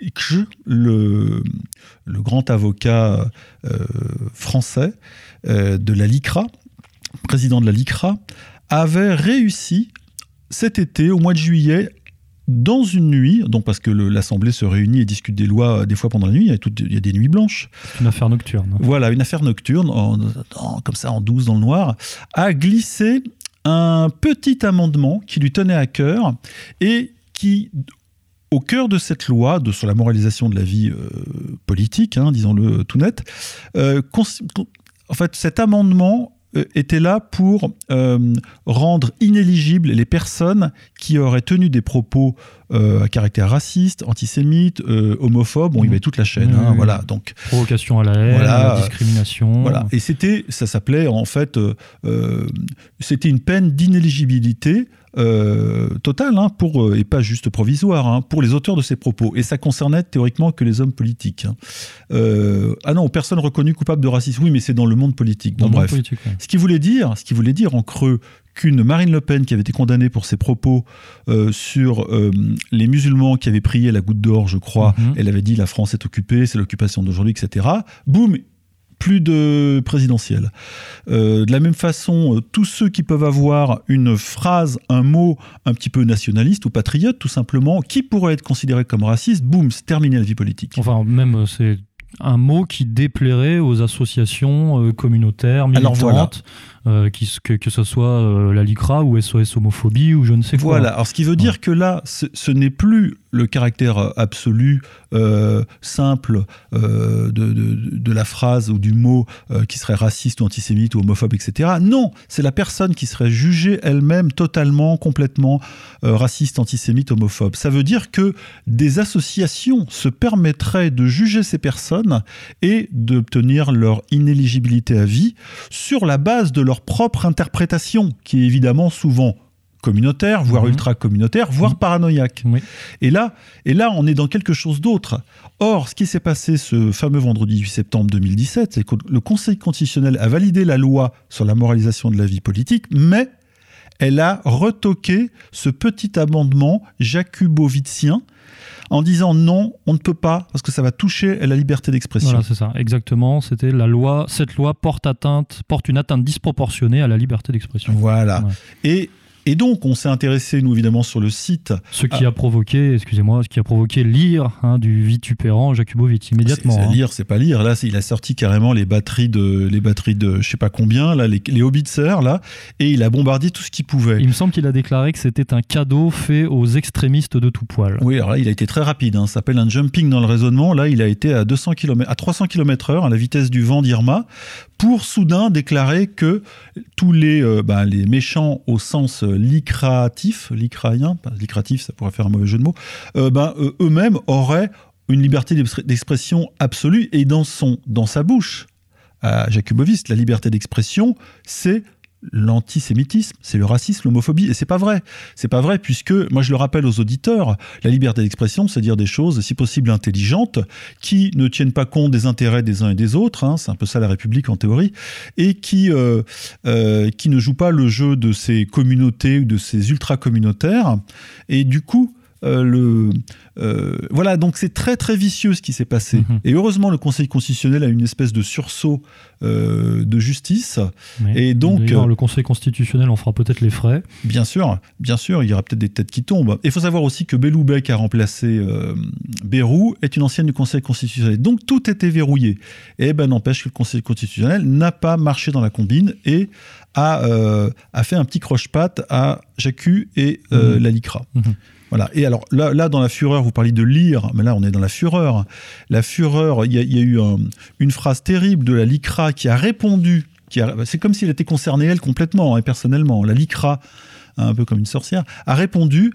S1: grand avocat français de la LICRA, président de la LICRA, avait réussi cet été, au mois de juillet, dans une nuit, donc parce que l'Assemblée se réunit et discute des lois des fois pendant la nuit, il y a des nuits blanches.
S2: Une affaire nocturne.
S1: Voilà, une affaire nocturne, comme ça en douce dans le noir, a glissé un petit amendement qui lui tenait à cœur et qui, au cœur de cette loi sur la moralisation de la vie politique, disons-le tout net, en fait, cet amendement était là pour rendre inéligibles les personnes qui auraient tenu des propos à caractère raciste, antisémite, homophobe. Bon, il y avait toute la chaîne. Voilà, donc
S2: provocation à la haine, discrimination.
S1: Voilà, et ça s'appelait en fait, c'était une peine d'inéligibilité totale, et pas juste provisoire, pour les auteurs de ces propos. Et ça concernait théoriquement que les hommes politiques. Non, personne reconnue coupable de racisme. Oui, mais c'est dans le monde politique. Bon, bref. Ce qu'il voulait dire en creux, qu'une Marine Le Pen qui avait été condamnée pour ses propos sur les musulmans qui avaient prié la goutte d'or, je crois, elle avait dit la France est occupée, c'est l'occupation d'aujourd'hui, etc. Boum, plus de présidentielle. De la même façon, tous ceux qui peuvent avoir une phrase, un mot un petit peu nationaliste ou patriote, tout simplement, qui pourrait être considéré comme raciste, boum, c'est terminé la vie politique.
S2: Enfin, même c'est un mot qui déplairait aux associations communautaires, militantes. Alors voilà. Que ce soit la LICRA ou SOS Homophobie ou je ne sais quoi.
S1: Voilà, alors ce qui veut dire que là, ce n'est plus le caractère absolu, simple de la phrase ou du mot qui serait raciste ou antisémite ou homophobe, etc. Non, c'est la personne qui serait jugée elle-même totalement, complètement raciste, antisémite, homophobe. Ça veut dire que des associations se permettraient de juger ces personnes et d'obtenir leur inéligibilité à vie sur la base de leur propre interprétation, qui est évidemment souvent communautaire, voire ultra-communautaire, voire paranoïaque. Oui. Et là, on est dans quelque chose d'autre. Or, ce qui s'est passé ce fameux vendredi 8 septembre 2017, c'est que le Conseil constitutionnel a validé la loi sur la moralisation de la vie politique, mais elle a retoqué ce petit amendement jacubowitzien en disant non, on ne peut pas, parce que ça va toucher à la liberté d'expression.
S2: Voilà, c'est ça, exactement. C'était la loi. Cette loi porte une atteinte disproportionnée à la liberté d'expression.
S1: Voilà. Ouais. Et donc, on s'est intéressé, nous, évidemment, sur le site.
S2: Ce qui a provoqué l'ire du vitupérant Jakubowicz immédiatement.
S1: Lire, c'est pas lire. Là, il a sorti carrément les batteries de je sais pas combien, là, les hobitzers, là, et il a bombardé tout ce qu'il pouvait.
S2: Il me semble qu'il a déclaré que c'était un cadeau fait aux extrémistes de tout poil.
S1: Oui, alors là, il a été très rapide. Ça s'appelle un jumping dans le raisonnement. Là, il a été à 300 km/h, à la vitesse du vent d'Irma, pour soudain déclarer que tous les méchants au sens licratif, ça pourrait faire un mauvais jeu de mots, eux-mêmes auraient une liberté d'expression absolue, et dans sa bouche, à Jakubowicz, la liberté d'expression, c'est l'antisémitisme, c'est le racisme, l'homophobie, et c'est pas vrai. C'est pas vrai, puisque, moi je le rappelle aux auditeurs, la liberté d'expression, c'est dire des choses, si possible intelligentes, qui ne tiennent pas compte des intérêts des uns et des autres, c'est un peu ça la République en théorie, et qui ne jouent pas le jeu de ces communautés ou de ces ultra-communautaires, et du coup, Voilà, donc c'est très très vicieux ce qui s'est passé. Et heureusement, le Conseil constitutionnel a une espèce de sursaut de justice.
S2: Mais
S1: et donc,
S2: le Conseil constitutionnel en fera peut-être les frais.
S1: Bien sûr, il y aura peut-être des têtes qui tombent. Il faut savoir aussi que Belloubet, a remplacé Bayrou, est une ancienne du Conseil constitutionnel. Donc tout était verrouillé. Et n'empêche que le Conseil constitutionnel n'a pas marché dans la combine et a fait un petit croche-patte à Jacu et la LICRA. Voilà. Et alors là, dans la fureur, vous parliez de lire, mais là on est dans la fureur. La fureur, il y a eu une phrase terrible de la LICRA qui a répondu, c'est comme si elle était concernée elle complètement et personnellement. La LICRA, un peu comme une sorcière, a répondu...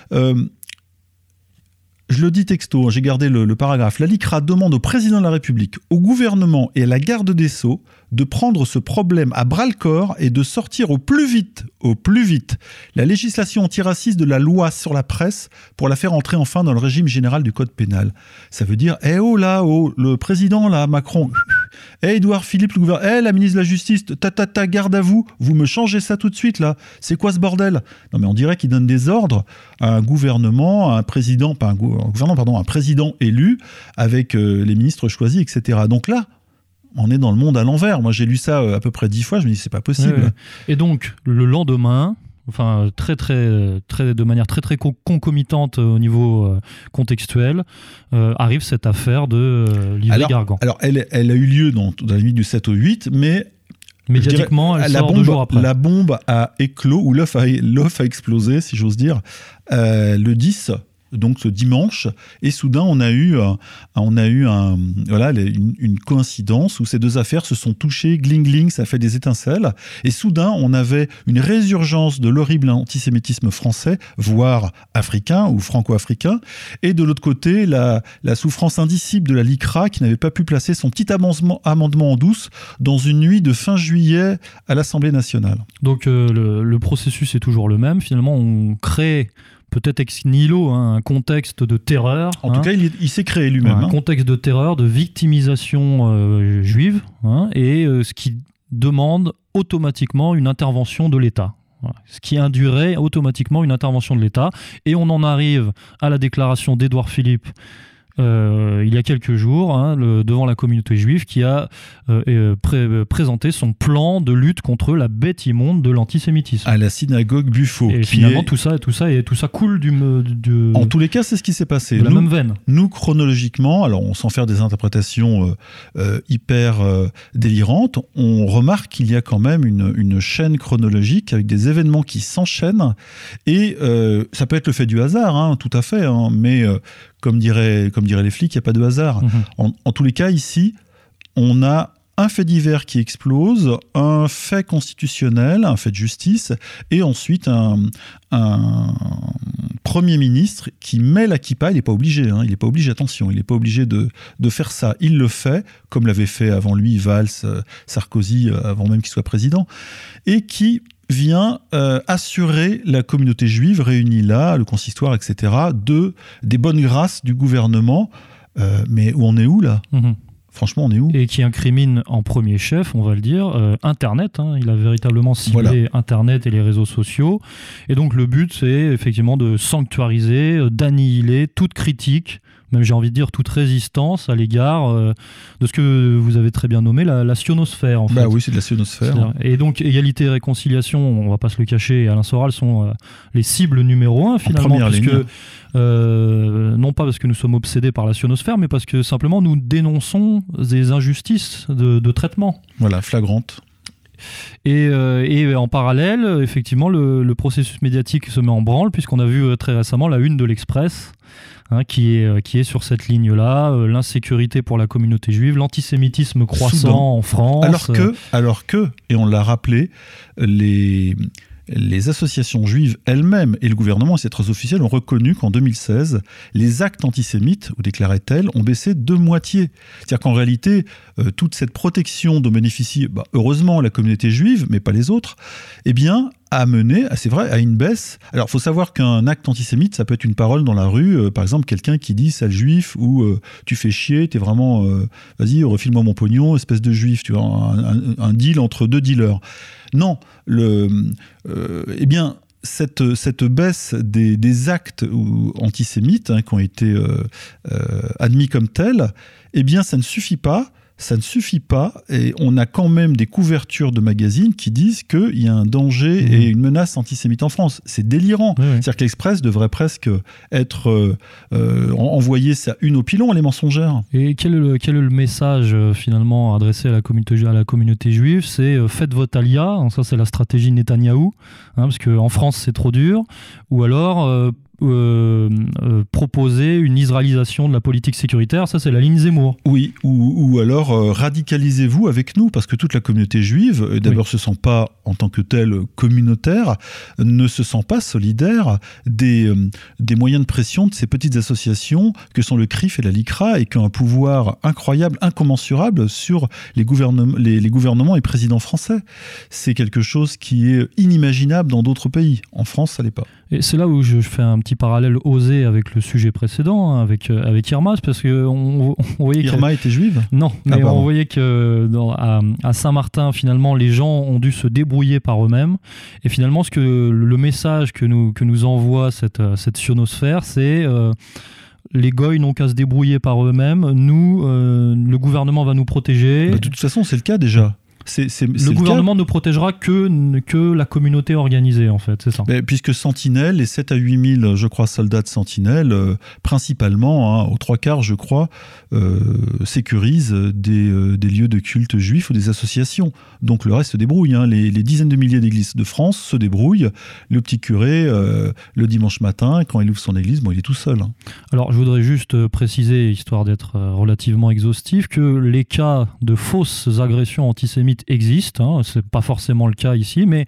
S1: je le dis texto, j'ai gardé le paragraphe. La LICRA demande au président de la République, au gouvernement et à la garde des Sceaux de prendre ce problème à bras-le-corps et de sortir au plus vite, la législation antiraciste de la loi sur la presse pour la faire entrer enfin dans le régime général du code pénal. Ça veut dire, le président là, Macron, Édouard Philippe, le gouverneur, la ministre de la Justice, garde à vous, vous me changez ça tout de suite là, c'est quoi ce bordel? Non mais on dirait qu'il donne des ordres à un gouvernement, à un président, un président élu avec les ministres choisis, etc. Donc là, on est dans le monde à l'envers. Moi, j'ai lu ça à peu près 10 fois. Je me dis, c'est pas possible.
S2: Ouais. Et donc, le lendemain, de manière très très concomitante au niveau contextuel, arrive cette affaire de Livry-Gargan.
S1: Alors, elle a eu lieu dans la nuit du 7 au 8, mais
S2: médiatiquement, elle sort 2 jours après.
S1: La bombe a éclos, ou l'œuf a explosé, si j'ose dire, le 10. Donc ce dimanche, et soudain on a eu une coïncidence où ces deux affaires se sont touchées, gling, ça fait des étincelles, et soudain on avait une résurgence de l'horrible antisémitisme français, voire africain ou franco-africain, et de l'autre côté la souffrance indicible de la LICRA qui n'avait pas pu placer son petit amendement en douce dans une nuit de fin juillet à l'Assemblée nationale.
S2: Donc le processus est toujours le même, finalement on crée peut-être ex nihilo, un contexte de terreur.
S1: En tout cas, il s'est créé lui-même.
S2: Un contexte de terreur, de victimisation juive, et ce qui demande automatiquement une intervention de l'État. Voilà. Ce qui induirait automatiquement une intervention de l'État. Et on en arrive à la déclaration d'Édouard Philippe il y a quelques jours, devant la communauté juive, qui a présenté son plan de lutte contre la bête immonde de l'antisémitisme.
S1: À la synagogue Buffo.
S2: Et finalement, tout ça coule
S1: En tous les cas, c'est ce qui s'est passé.
S2: De la même veine.
S1: Nous, chronologiquement, alors on s'en fait des interprétations hyper délirantes, on remarque qu'il y a quand même une chaîne chronologique avec des événements qui s'enchaînent, et ça peut être le fait du hasard, tout à fait, mais... Comme diraient les flics, il n'y a pas de hasard. En tous les cas, ici, on a un fait divers qui explose, un fait constitutionnel, un fait de justice, et ensuite un Premier ministre qui met la kippa. Il n'est pas obligé, attention, il n'est pas obligé de faire ça. Il le fait, comme l'avait fait avant lui Valls, Sarkozy, avant même qu'il soit président, et qui vient assurer la communauté juive réunie là, le consistoire, etc., des bonnes grâces du gouvernement. Mais on est où là ? Franchement, on est où ?
S2: Et qui incrimine en premier chef, on va le dire, Internet. Il a véritablement ciblé Internet et les réseaux sociaux. Et donc le but, c'est effectivement de sanctuariser, d'annihiler toute critique, même j'ai envie de dire toute résistance à l'égard de ce que vous avez très bien nommé la sionosphère, en fait.
S1: Bah oui, c'est de la sionosphère.
S2: Et donc égalité et réconciliation, on va pas se le cacher, et Alain Soral sont les cibles numéro 1 finalement, puisque non pas parce que nous sommes obsédés par la sionosphère, mais parce que simplement nous dénonçons des injustices de traitement.
S1: Voilà, flagrantes.
S2: Et en parallèle, effectivement, le processus médiatique se met en branle, puisqu'on a vu très récemment la une de l'Express, qui est sur cette ligne-là, l'insécurité pour la communauté juive, l'antisémitisme croissant en France.
S1: Alors que, et on l'a rappelé, les associations juives elles-mêmes et le gouvernement, et c'est très officiel, ont reconnu qu'en 2016, les actes antisémites, ou déclaraient-elles, ont baissé de moitié. C'est-à-dire qu'en réalité, toute cette protection dont bénéficie, heureusement, la communauté juive, mais pas les autres, a mené, c'est vrai, à une baisse. Alors, il faut savoir qu'un acte antisémite, ça peut être une parole dans la rue, par exemple, quelqu'un qui dit « sale juif » ou « tu fais chier, t'es vraiment... vas-y, refile-moi mon pognon, espèce de juif », tu vois, un deal entre deux dealers. Non, cette baisse des actes antisémites qui ont été admis comme tels, eh bien, ça ne suffit pas. Ça ne suffit pas, et on a quand même des couvertures de magazines qui disent qu'il y a un danger et une menace antisémite en France. C'est délirant. C'est-à-dire que l'Express devrait presque être envoyer sa une au pilon, les mensongères.
S2: Et quel est le message finalement adressé à la communauté juive? C'est faites votre alia, ça c'est la stratégie Netanyahou, parce qu'en France c'est trop dur, ou alors proposer une israélisation de la politique sécuritaire, ça c'est la ligne Zemmour.
S1: Oui, ou alors radicalisez-vous avec nous, parce que toute la communauté juive, d'abord se sent pas en tant que telle communautaire, ne se sent pas solidaire des moyens de pression de ces petites associations que sont le CRIF et la LICRA, et qui ont un pouvoir incroyable, incommensurable sur les gouvernements et présidents français. C'est quelque chose qui est inimaginable dans d'autres pays. En France, ça l'est pas.
S2: Et c'est là où je fais un petit parallèle osé avec le sujet précédent, avec Irma, parce qu'on voyait
S1: Irma était juive ?
S2: Non, mais on voyait que à Saint-Martin, finalement, les gens ont dû se débrouiller par eux-mêmes. Et finalement, le message que nous envoie cette ionosphère, c'est les goïs n'ont qu'à se débrouiller par eux-mêmes. Nous, le gouvernement va nous protéger.
S1: De toute façon, c'est le cas déjà.
S2: Le gouvernement ne protégera que la communauté organisée, en fait, c'est ça.
S1: Mais puisque Sentinelle, les 7 à 8 000, je crois, soldats de Sentinelle, principalement, aux 3/4, je crois, sécurisent des lieux de culte juifs ou des associations. Donc le reste se débrouille. Les dizaines de milliers d'églises de France se débrouillent. Le petit curé, le dimanche matin, quand il ouvre son église, il est tout seul.
S2: Alors, je voudrais juste préciser, histoire d'être relativement exhaustif, que les cas de fausses agressions antisémites existent, c'est pas forcément le cas ici, mais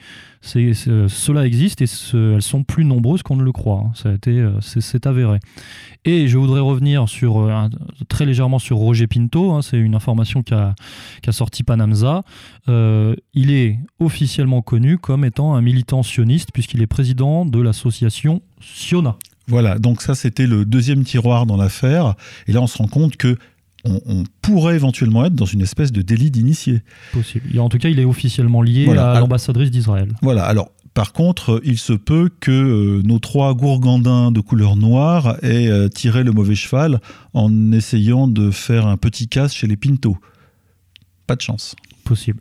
S2: cela existe et elles sont plus nombreuses qu'on ne le croit. C'est avéré. Et je voudrais revenir très légèrement sur Roger Pinto. C'est une information qu'a sorti Panamza. Il est officiellement connu comme étant un militant sioniste puisqu'il est président de l'association Siona.
S1: Voilà, donc ça c'était le deuxième tiroir dans l'affaire. Et là on se rend compte que on pourrait éventuellement être dans une espèce de délit d'initié.
S2: Possible. Et en tout cas, il est officiellement lié à l'ambassadrice d'Israël.
S1: Voilà. Alors, par contre, il se peut que nos 3 gourgandins de couleur noire aient tiré le mauvais cheval en essayant de faire un petit casse chez les Pinto. Pas de chance.
S2: Possible.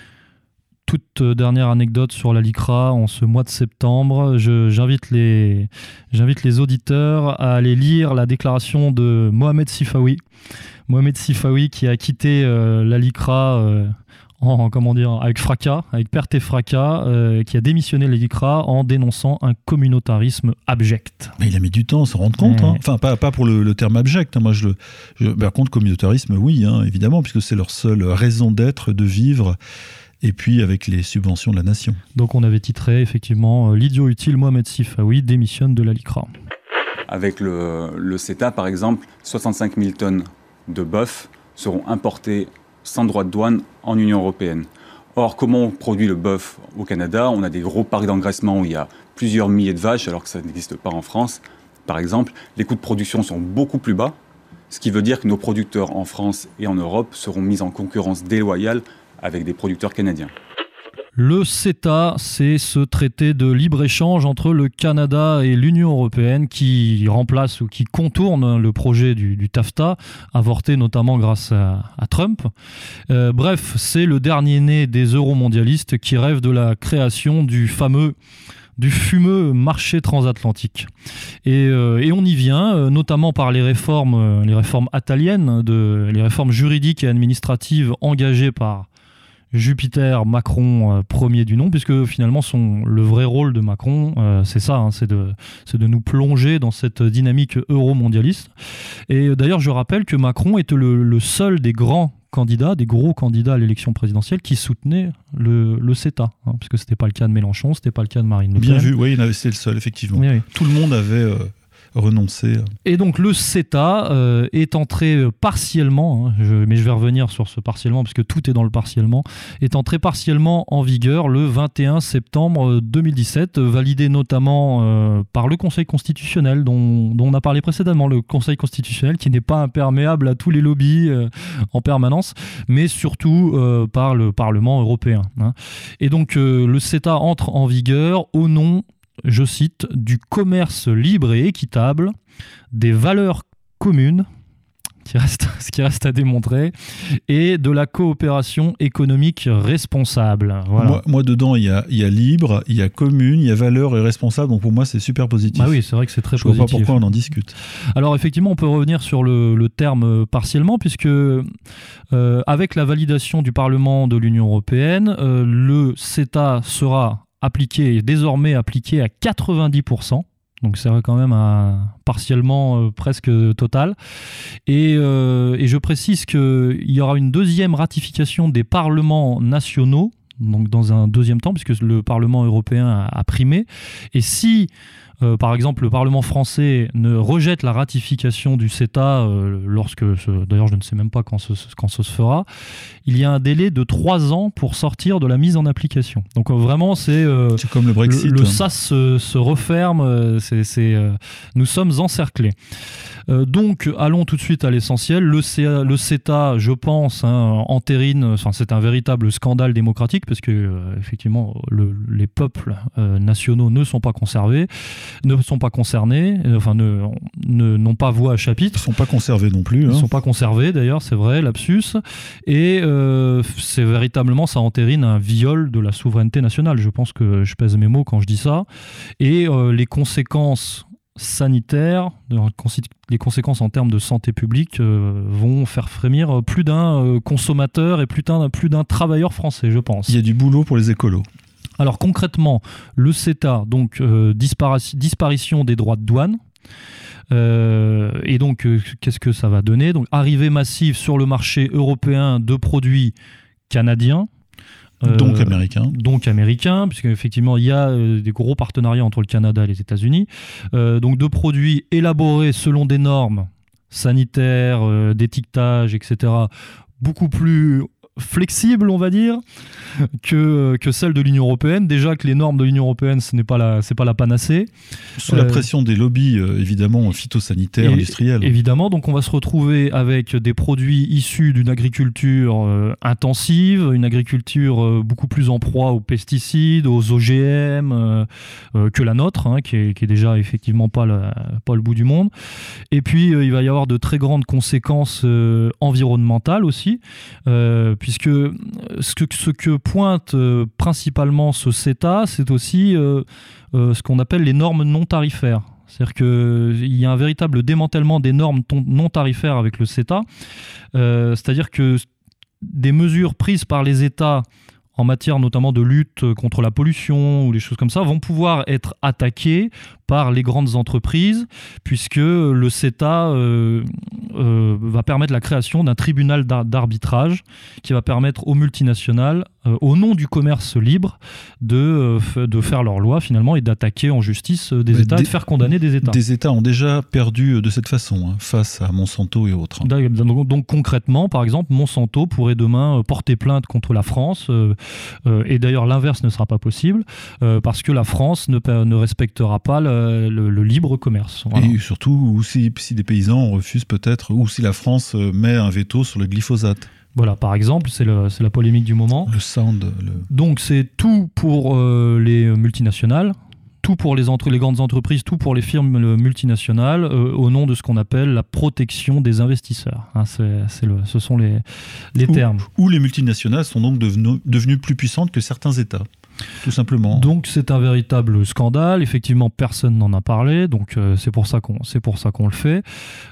S2: Toute dernière anecdote sur la LICRA en ce mois de septembre. J'invite les auditeurs à aller lire la déclaration de Mohamed Sifawi. Mohamed Sifawi qui a quitté la LICRA avec fracas, avec perte et fracas, qui a démissionné de la LICRA en dénonçant un communautarisme abject.
S1: Mais il a mis du temps à se rendre compte. Enfin, pas pour le terme abject. Moi, par contre, communautarisme, oui, évidemment, puisque c'est leur seule raison d'être, de vivre. Et puis avec les subventions de la nation.
S2: Donc on avait titré effectivement l'idiot utile Mohamed Sifawi démissionne de la LICRA.
S10: Avec le CETA par exemple, 65 000 tonnes de bœuf seront importées sans droit de douane en Union européenne. Or, comment on produit le bœuf au Canada ? On a des gros parcs d'engraissement où il y a plusieurs milliers de vaches alors que ça n'existe pas en France. Par exemple, les coûts de production sont beaucoup plus bas, ce qui veut dire que nos producteurs en France et en Europe seront mis en concurrence déloyale avec des producteurs canadiens.
S2: Le CETA, c'est ce traité de libre-échange entre le Canada et l'Union européenne qui remplace ou qui contourne le projet du TAFTA, avorté notamment grâce à Trump. Bref, c'est le dernier né des euromondialistes qui rêvent de la création du fumeux marché transatlantique. Et on y vient, notamment par les réformes attaliennes, les réformes juridiques et administratives engagées par Jupiter Macron, premier du nom, puisque finalement le vrai rôle de Macron, c'est ça, c'est de nous plonger dans cette dynamique euromondialiste. Et d'ailleurs, je rappelle que Macron était le seul des gros candidats à l'élection présidentielle qui soutenaient le CETA, puisque c'était pas le cas de Mélenchon, c'était pas le cas de Marine Le Pen.
S1: Bien vu, oui, c'est le seul, effectivement. Oui. Tout le monde avait renoncer.
S2: Et donc le CETA est entré partiellement, mais je vais revenir sur ce partiellement parce que tout est dans le partiellement, est entré partiellement en vigueur le 21 septembre 2017, validé notamment par le Conseil constitutionnel dont on a parlé précédemment, le Conseil constitutionnel qui n'est pas imperméable à tous les lobbies en permanence, mais surtout par le Parlement européen. Et donc le CETA entre en vigueur au nom je cite, du commerce libre et équitable, des valeurs communes, ce qui reste à démontrer, et de la coopération économique responsable. Voilà.
S1: Moi, dedans, il y a libre, il y a commune, il y a valeur et responsable. Donc pour moi, c'est super positif.
S2: Ah oui, c'est vrai que c'est très
S1: positif. Je ne vois pas pourquoi on en discute.
S2: Alors effectivement, on peut revenir sur le terme partiellement, puisque avec la validation du Parlement de l'Union européenne, le CETA sera désormais appliqué à 90%. Donc c'est quand même partiellement presque total. Et je précise qu'il y aura une deuxième ratification des parlements nationaux, donc dans un deuxième temps, puisque le Parlement européen a primé. Et si, par exemple, le Parlement français ne rejette la ratification du CETA, d'ailleurs je ne sais même pas quand ce se fera, il y a un délai de 3 ans pour sortir de la mise en application. Donc vraiment c'est
S1: comme le Brexit.
S2: Le sas se referme, nous sommes encerclés. Donc allons tout de suite à l'essentiel. Le CETA, je pense, entérine, c'est un véritable scandale démocratique parce que effectivement les peuples nationaux ne sont pas concernés, n'ont pas voix à chapitre.
S1: Ils ne sont pas conservés non plus.
S2: Ils ne sont pas conservés d'ailleurs, c'est vrai, lapsus. Et c'est véritablement, ça entérine un viol de la souveraineté nationale. Je pense que je pèse mes mots quand je dis ça. Et les conséquences sanitaires, les conséquences en termes de santé publique vont faire frémir plus d'un consommateur et plus d'un travailleur français, je pense.
S1: Il y a du boulot pour les écolos.
S2: Alors concrètement, le CETA, donc disparition des droits de douane. Et donc, qu'est-ce que ça va donner ? Donc, arrivée massive sur le marché européen de produits canadiens.
S1: Donc
S2: américains, puisque effectivement il y a des gros partenariats entre le Canada et les États-Unis. Donc de produits élaborés selon des normes sanitaires, d'étiquetage, etc., beaucoup plus flexible, on va dire, que celle de l'Union européenne. Déjà que les normes de l'Union européenne, c'est pas la panacée.
S1: Sous la pression des lobbies, évidemment, phytosanitaires, industriels.
S2: Évidemment, donc on va se retrouver avec des produits issus d'une agriculture intensive, une agriculture beaucoup plus en proie aux pesticides, aux OGM que la nôtre, qui est déjà effectivement pas le bout du monde. Et puis, il va y avoir de très grandes conséquences environnementales aussi, puisque ce que pointe principalement ce CETA, c'est aussi ce qu'on appelle les normes non tarifaires. C'est-à-dire qu'il y a un véritable démantèlement des normes non tarifaires avec le CETA. C'est-à-dire que des mesures prises par les États en matière notamment de lutte contre la pollution ou des choses comme ça vont pouvoir être attaquées par les grandes entreprises, puisque le CETA va permettre la création d'un tribunal d'arbitrage qui va permettre aux multinationales, au nom du commerce libre, de faire leur loi finalement et d'attaquer en justice des États et de faire condamner des États.
S1: Des États ont déjà perdu de cette façon, face à Monsanto et autres.
S2: Donc concrètement, par exemple, Monsanto pourrait demain porter plainte contre la France, et d'ailleurs l'inverse ne sera pas possible, parce que la France ne respectera pas le libre commerce. Voilà.
S1: Et surtout, si des paysans refusent peut-être, ou si la France met un veto sur le glyphosate.
S2: Voilà, par exemple, c'est la polémique du moment. Donc c'est tout pour les multinationales, tout pour les grandes entreprises, tout pour les firmes multinationales, au nom de ce qu'on appelle la protection des investisseurs. Ce sont les termes.
S1: Où les multinationales sont donc devenues plus puissantes que certains États. Tout simplement.
S2: Donc c'est un véritable scandale. Effectivement, personne n'en a parlé. Donc c'est pour ça qu'on le fait.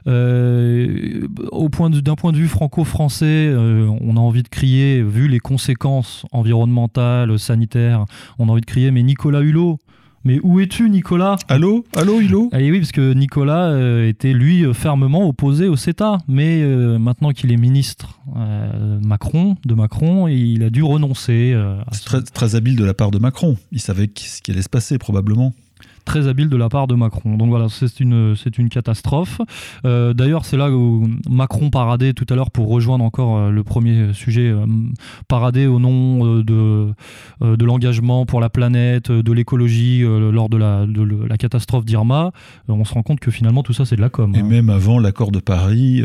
S2: D'un point de vue franco-français, on a envie de crier, vu les conséquences environnementales, sanitaires, on a envie de crier, mais Nicolas Hulot, mais où es-tu, Nicolas ?
S1: Allô, Hulot ?
S2: Et oui, parce que Nicolas était, lui, fermement opposé au CETA. Mais maintenant qu'il est ministre de Macron, il a dû renoncer.
S1: C'est très habile de la part de Macron. Il savait ce qui allait se passer, probablement.
S2: très habile de la part de Macron. Donc voilà, c'est une catastrophe. D'ailleurs, c'est là où Macron paradait tout à l'heure pour rejoindre encore le premier sujet, paradait au nom de l'engagement pour la planète, de l'écologie lors de la catastrophe d'Irma. On se rend compte que finalement tout ça c'est de la com.
S1: Et même avant l'accord de Paris,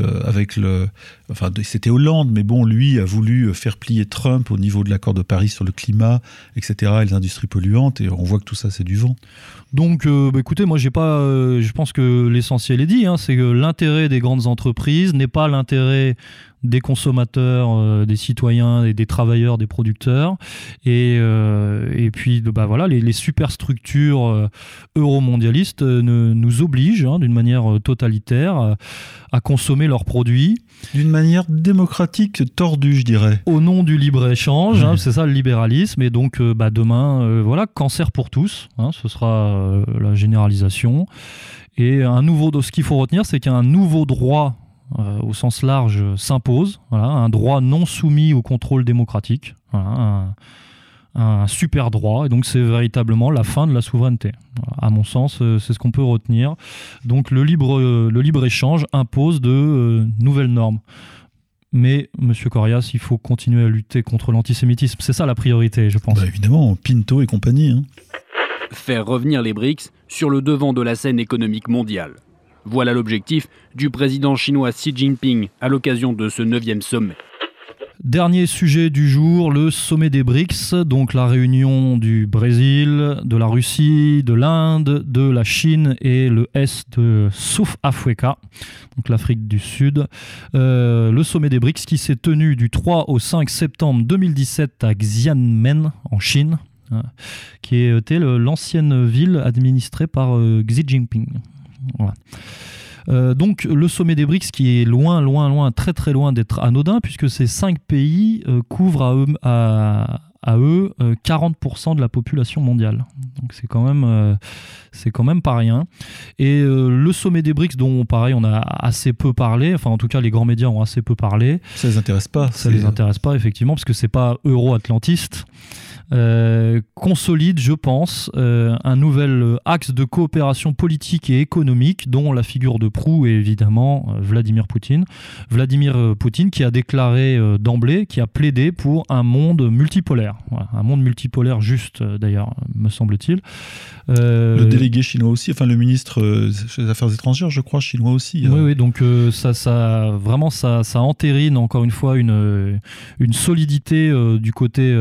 S1: c'était Hollande, mais bon, lui a voulu faire plier Trump au niveau de l'accord de Paris sur le climat, etc., et les industries polluantes, et on voit que tout ça c'est du vent.
S2: Donc, écoutez, moi, je pense que l'essentiel est dit, c'est que l'intérêt des grandes entreprises n'est pas l'intérêt des consommateurs, des citoyens et des travailleurs, des producteurs. Et puis, voilà, les superstructures euromondialistes nous obligent, d'une manière totalitaire, à consommer leurs produits. D'une manière démocratique tordue, je dirais. Au nom du libre-échange, c'est ça le libéralisme. Et donc, demain, voilà, cancer pour tous, ce sera la généralisation. Et ce qu'il faut retenir, c'est qu'un nouveau droit au sens large s'impose, voilà, un droit non soumis au contrôle démocratique, voilà, un super droit, et donc c'est véritablement la fin de la souveraineté. À mon sens, c'est ce qu'on peut retenir. Donc le libre-échange impose de nouvelles normes. Mais, Monsieur Corias, il faut continuer à lutter contre l'antisémitisme. C'est ça la priorité, je pense.
S1: Évidemment, Pinto et compagnie.
S11: Faire revenir les BRICS sur le devant de la scène économique mondiale. Voilà l'objectif du président chinois Xi Jinping à l'occasion de ce 9e sommet.
S2: Dernier sujet du jour, le sommet des BRICS, donc la réunion du Brésil, de la Russie, de l'Inde, de la Chine et le Est de South Africa, donc l'Afrique du Sud. Le sommet des BRICS qui s'est tenu du 3 au 5 septembre 2017 à Xiamen, en Chine, qui était l'ancienne ville administrée par Xi Jinping. Voilà. Donc le sommet des BRICS qui est loin, très très loin d'être anodin, puisque ces 5 pays couvrent à eux 40% de la population mondiale. Donc c'est quand même pas rien. Et le sommet des BRICS, dont pareil on a assez peu parlé, enfin en tout cas les grands médias ont assez peu parlé.
S1: Ça les intéresse pas.
S2: Ça les intéresse pas effectivement, parce que c'est pas euro-atlantiste. Consolide, je pense, un nouvel axe de coopération politique et économique dont la figure de proue est évidemment Vladimir Poutine. Vladimir Poutine qui a déclaré d'emblée, qui a plaidé pour un monde multipolaire. Voilà, un monde multipolaire juste d'ailleurs, me semble-t-il.
S1: Le délégué chinois aussi, enfin le ministre des Affaires étrangères, je crois, chinois aussi.
S2: Oui, donc ça entérine encore une fois une solidité du côté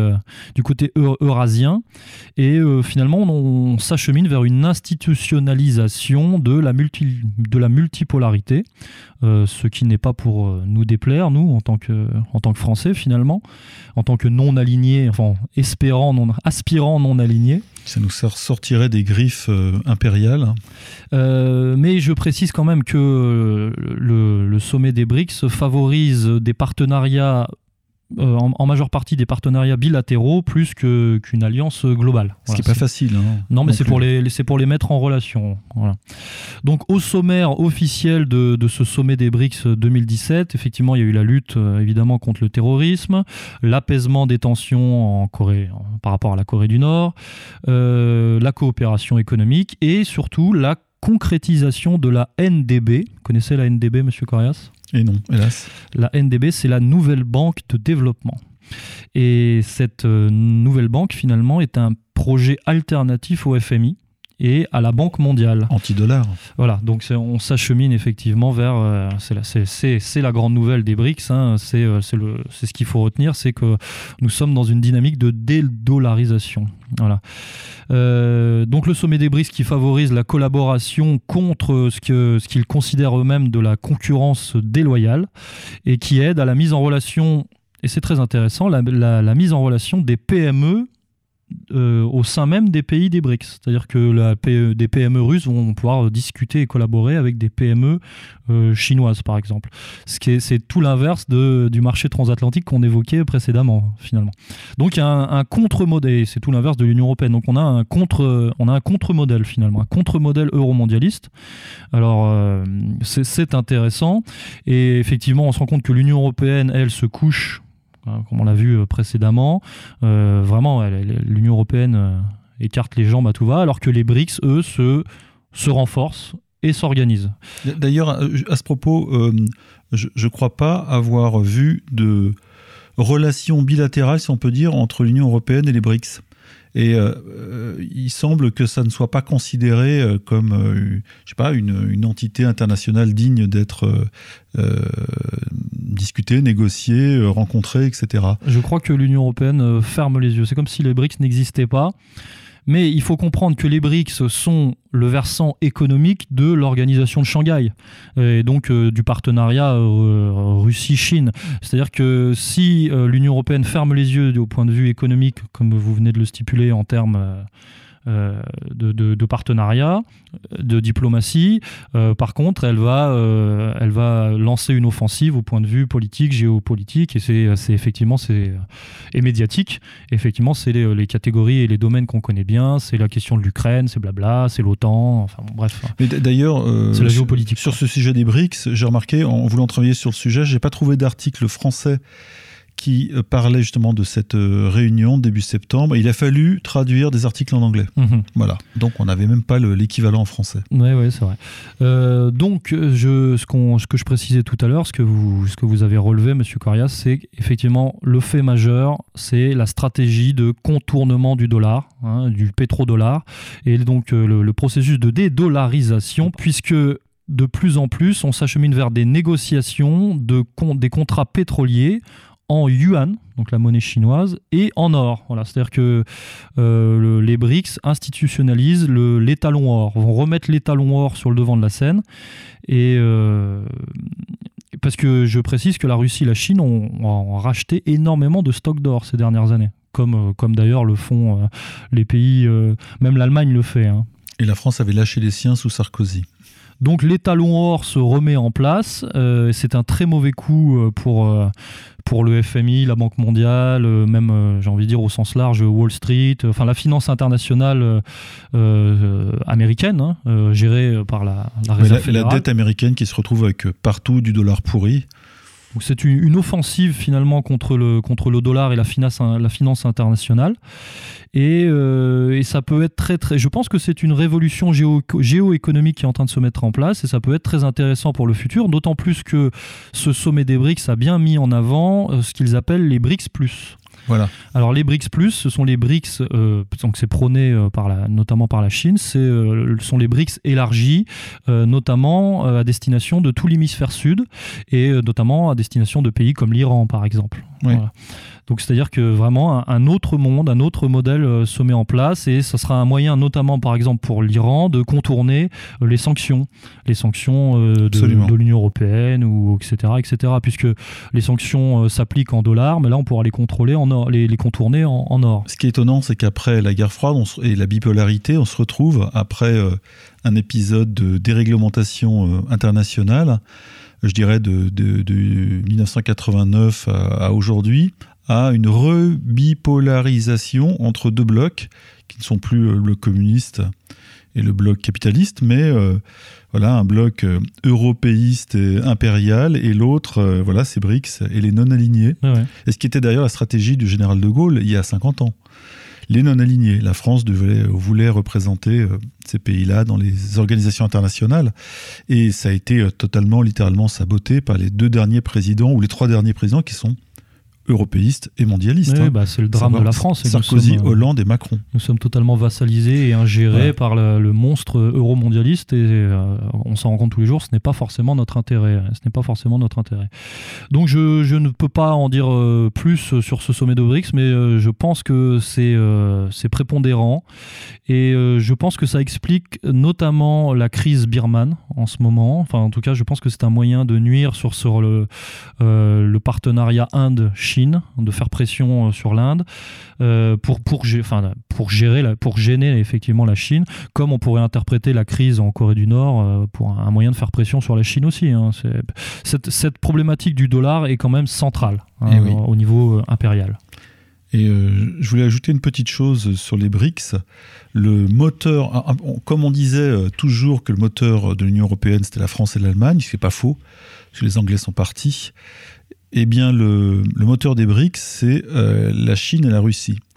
S2: eurasien, et finalement on s'achemine vers une institutionnalisation de la multipolarité, ce qui n'est pas pour nous déplaire, nous en tant que Français finalement, en tant que non alignés, enfin aspirants non alignés.
S1: Ça nous sortirait des griffes impériales.
S2: Mais je précise quand même que le sommet des BRICS favorise des partenariats, en majeure partie des partenariats bilatéraux plus qu'une alliance globale.
S1: Ce qui n'est pas facile.
S2: Non, mais c'est pour les mettre en relation. Voilà. Donc au sommaire officiel de ce sommet des BRICS 2017, effectivement il y a eu la lutte évidemment contre le terrorisme, l'apaisement des tensions en Corée, par rapport à la Corée du Nord, la coopération économique et surtout la concrétisation de la NDB. Vous connaissez la NDB, Monsieur Corias ?
S1: Et non, hélas.
S2: La NDB, c'est la Nouvelle Banque de Développement. Et cette nouvelle banque, finalement, est un projet alternatif au FMI et à la Banque mondiale.
S1: Anti-dollar.
S2: Voilà, donc on s'achemine effectivement vers... c'est la grande nouvelle des BRICS, c'est ce qu'il faut retenir, c'est que nous sommes dans une dynamique de dédollarisation. Voilà. Donc le sommet des BRICS qui favorise la collaboration contre ce qu'ils considèrent eux-mêmes de la concurrence déloyale et qui aide à la mise en relation, et c'est très intéressant, la mise en relation des PME au sein même des pays des BRICS. C'est-à-dire que des PME russes vont pouvoir discuter et collaborer avec des PME chinoises, par exemple. C'est tout l'inverse du marché transatlantique qu'on évoquait précédemment, finalement. Donc il y a un contre-modèle, c'est tout l'inverse de l'Union européenne. Donc on a un contre-modèle, finalement, un contre-modèle euromondialiste. Alors, c'est intéressant. Et effectivement, on se rend compte que l'Union européenne, elle, se couche, comme on l'a vu précédemment. Vraiment, l'Union européenne écartent les jambes à tout va, alors que les BRICS, eux, se renforcent et s'organisent.
S1: D'ailleurs, à ce propos, je ne crois pas avoir vu de relations bilatérales, si on peut dire, entre l'Union européenne et les BRICS. Et il semble que ça ne soit pas considéré comme une entité internationale digne d'être discutée, négociée, rencontrée, etc.
S2: Je crois que l'Union européenne ferme les yeux. C'est comme si les BRICS n'existaient pas. Mais il faut comprendre que les BRICS sont le versant économique de l'organisation de Shanghai et donc du partenariat Russie-Chine. C'est-à-dire que si l'Union européenne ferme les yeux au point de vue économique, comme vous venez de le stipuler en termes de partenariat, de diplomatie, par contre, elle va lancer une offensive au point de vue politique, géopolitique, et et médiatique. Effectivement, c'est les catégories et les domaines qu'on connaît bien. C'est la question de l'Ukraine, c'est blabla, c'est l'OTAN, enfin bon, bref.
S1: Mais d'ailleurs,
S2: c'est la géopolitique.
S1: Sur ce sujet des BRICS, j'ai remarqué, en voulant travailler sur le sujet, j'ai pas trouvé d'article français qui parlait justement de cette réunion début septembre. Il a fallu traduire des articles en anglais. Voilà. Donc on n'avait même pas l'équivalent en français.
S2: Oui, c'est vrai. Donc ce que je précisais tout à l'heure, ce que vous avez relevé, Monsieur Corias, c'est effectivement le fait majeur, c'est la stratégie de contournement du dollar, du pétrodollar, et donc le processus de dédollarisation, puisque de plus en plus, on s'achemine vers des négociations des contrats pétroliers en yuan, donc la monnaie chinoise, et en or. Voilà, c'est-à-dire que les BRICS institutionnalisent l'étalon or, vont remettre l'étalon or sur le devant de la scène, et parce que je précise que la Russie et la Chine ont racheté énormément de stocks d'or ces dernières années, comme d'ailleurs le font les pays, même l'Allemagne le fait.
S1: Et la France avait lâché les siens sous Sarkozy.
S2: Donc l'étalon or se remet en place. C'est un très mauvais coup pour le FMI, la Banque mondiale, même, j'ai envie de dire au sens large, Wall Street, enfin la finance internationale américaine, gérée par la Réserve fédérale.
S1: La dette américaine qui se retrouve avec partout du dollar pourri.
S2: Donc c'est une offensive finalement contre le dollar et la finance internationale. Et ça peut être très très... Je pense que c'est une révolution géoéconomique qui est en train de se mettre en place, et ça peut être très intéressant pour le futur, d'autant plus que ce sommet des BRICS a bien mis en avant ce qu'ils appellent les BRICS+.
S1: Voilà.
S2: Alors les BRICS+, ce sont les BRICS, donc c'est prôné notamment par la Chine, sont les BRICS élargis, notamment à destination de tout l'hémisphère sud, et notamment à destination de pays comme l'Iran par exemple.
S1: Oui.
S2: Voilà. Donc c'est-à-dire que vraiment un autre monde, un autre modèle se met en place, et ça sera un moyen notamment par exemple pour l'Iran de contourner les sanctions de l'Union européenne, ou etc., puisque les sanctions s'appliquent en dollars, mais là on pourra les contrôler en or, les contourner en or.
S1: Ce qui est étonnant, c'est qu'après la guerre froide et la bipolarité, on se retrouve après un épisode de déréglementation internationale, je dirais de 1989 à aujourd'hui, à une rebipolarisation entre deux blocs qui ne sont plus le bloc communiste et le bloc capitaliste, mais un bloc européiste et impérial, et l'autre, c'est BRICS et les non-alignés.
S2: Ouais.
S1: Et ce qui était d'ailleurs la stratégie du général de Gaulle il y a 50 ans. Les non-alignés. La France voulait représenter ces pays-là dans les organisations internationales, et ça a été littéralement saboté par les 2 derniers présidents, ou les 3 derniers présidents qui sont européistes et mondialistes.
S2: Oui, c'est le drame de la France.
S1: Sarkozy, Hollande et Macron.
S2: Nous sommes totalement vassalisés et ingérés par le monstre euromondialiste, et on s'en rend compte tous les jours, ce n'est pas forcément notre intérêt. Donc je ne peux pas en dire plus sur ce sommet de BRICS, mais je pense que c'est prépondérant, et je pense que ça explique notamment la crise birmane en ce moment. Enfin, en tout cas, je pense que c'est un moyen de nuire sur le partenariat Inde-Chine, de faire pression sur l'Inde pour gêner effectivement la Chine, comme on pourrait interpréter la crise en Corée du Nord pour un moyen de faire pression sur la Chine aussi. Cette problématique du dollar est quand même centrale au niveau impérial.
S1: Et je voulais ajouter une petite chose sur les BRICS. Le moteur, comme on disait toujours que le moteur de l'Union européenne c'était la France et l'Allemagne, ce qui n'est pas faux, parce que les Anglais sont partis. Eh bien, le moteur des BRICS, c'est la Chine et la Russie.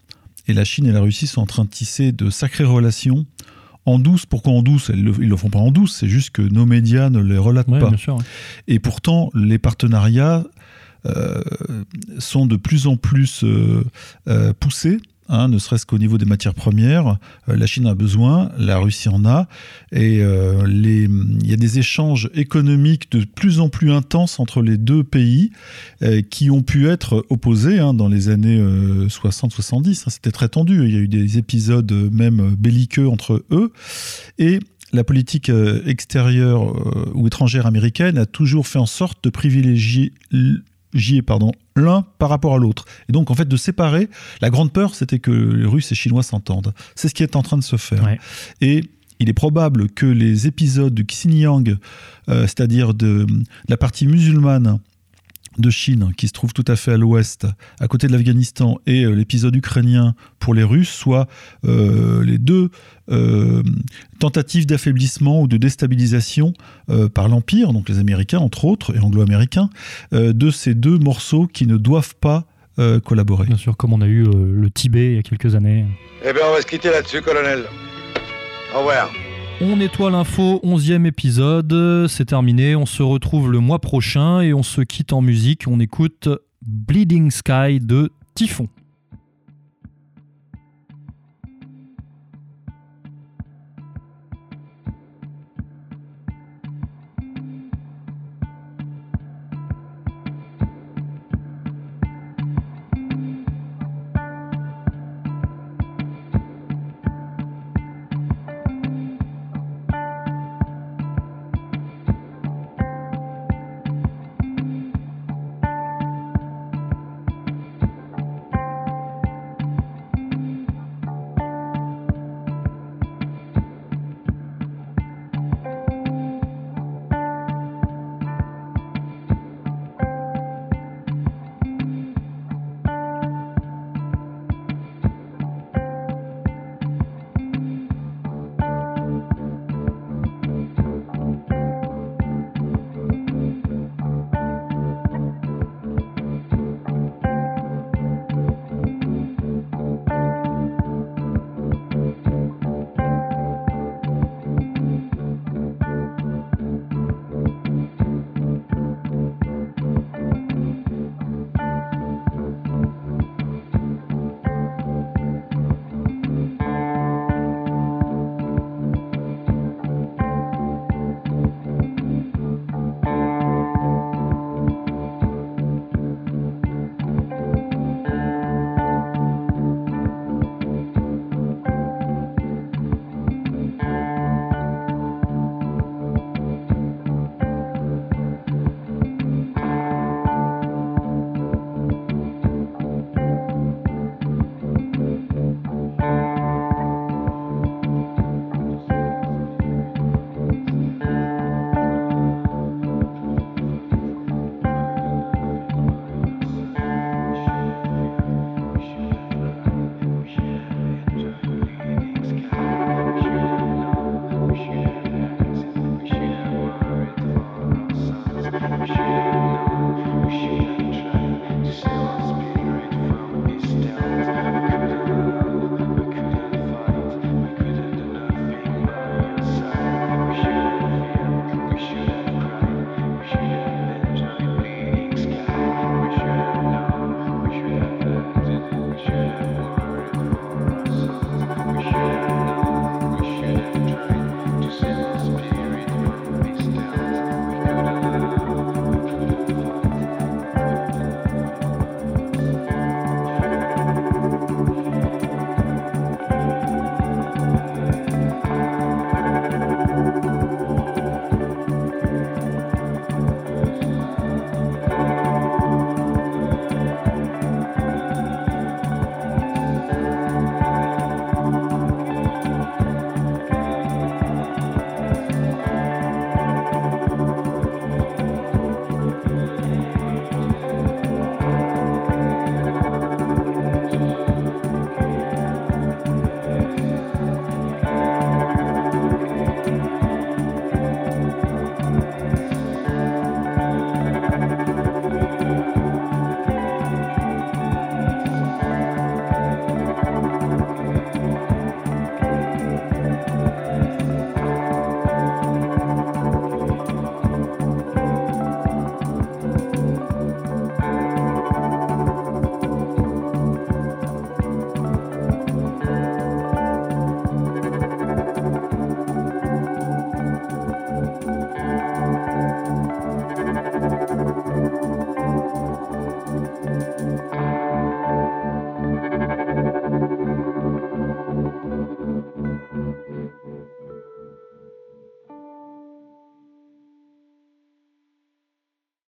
S1: et la Chine et la Russie sont en train de tisser de sacrées relations en douce. Pourquoi en douce ? Ils le font pas en douce, c'est juste que nos médias ne les relatent pas.
S2: Bien sûr, ouais.
S1: Et pourtant, les partenariats sont de plus en plus poussés, ne serait-ce qu'au niveau des matières premières. La Chine en a besoin, la Russie en a, et il y a des échanges économiques de plus en plus intenses entre les deux pays qui ont pu être opposés dans les années 60-70. C'était très tendu, il y a eu des épisodes même belliqueux entre eux, et la politique extérieure ou étrangère américaine a toujours fait en sorte de privilégier l'un par rapport à l'autre. Et donc, en fait, de séparer, la grande peur, c'était que les Russes et les Chinois s'entendent. C'est ce qui est en train de se faire. Ouais. Et il est probable que les épisodes du Xinjiang, c'est-à-dire de la partie musulmane de Chine, qui se trouve tout à fait à l'ouest, à côté de l'Afghanistan, et l'épisode ukrainien pour les Russes, soient les deux tentatives d'affaiblissement ou de déstabilisation par l'Empire, donc les Américains entre autres, et anglo-américains, de ces deux morceaux qui ne doivent pas collaborer.
S2: Bien sûr, comme on a eu le Tibet il y a quelques années.
S12: Eh bien, on va se quitter là-dessus, colonel. Au revoir.
S2: On nettoie l'info, 11e épisode, c'est terminé, on se retrouve le mois prochain et on se quitte en musique, on écoute Bleeding Sky de Typhon.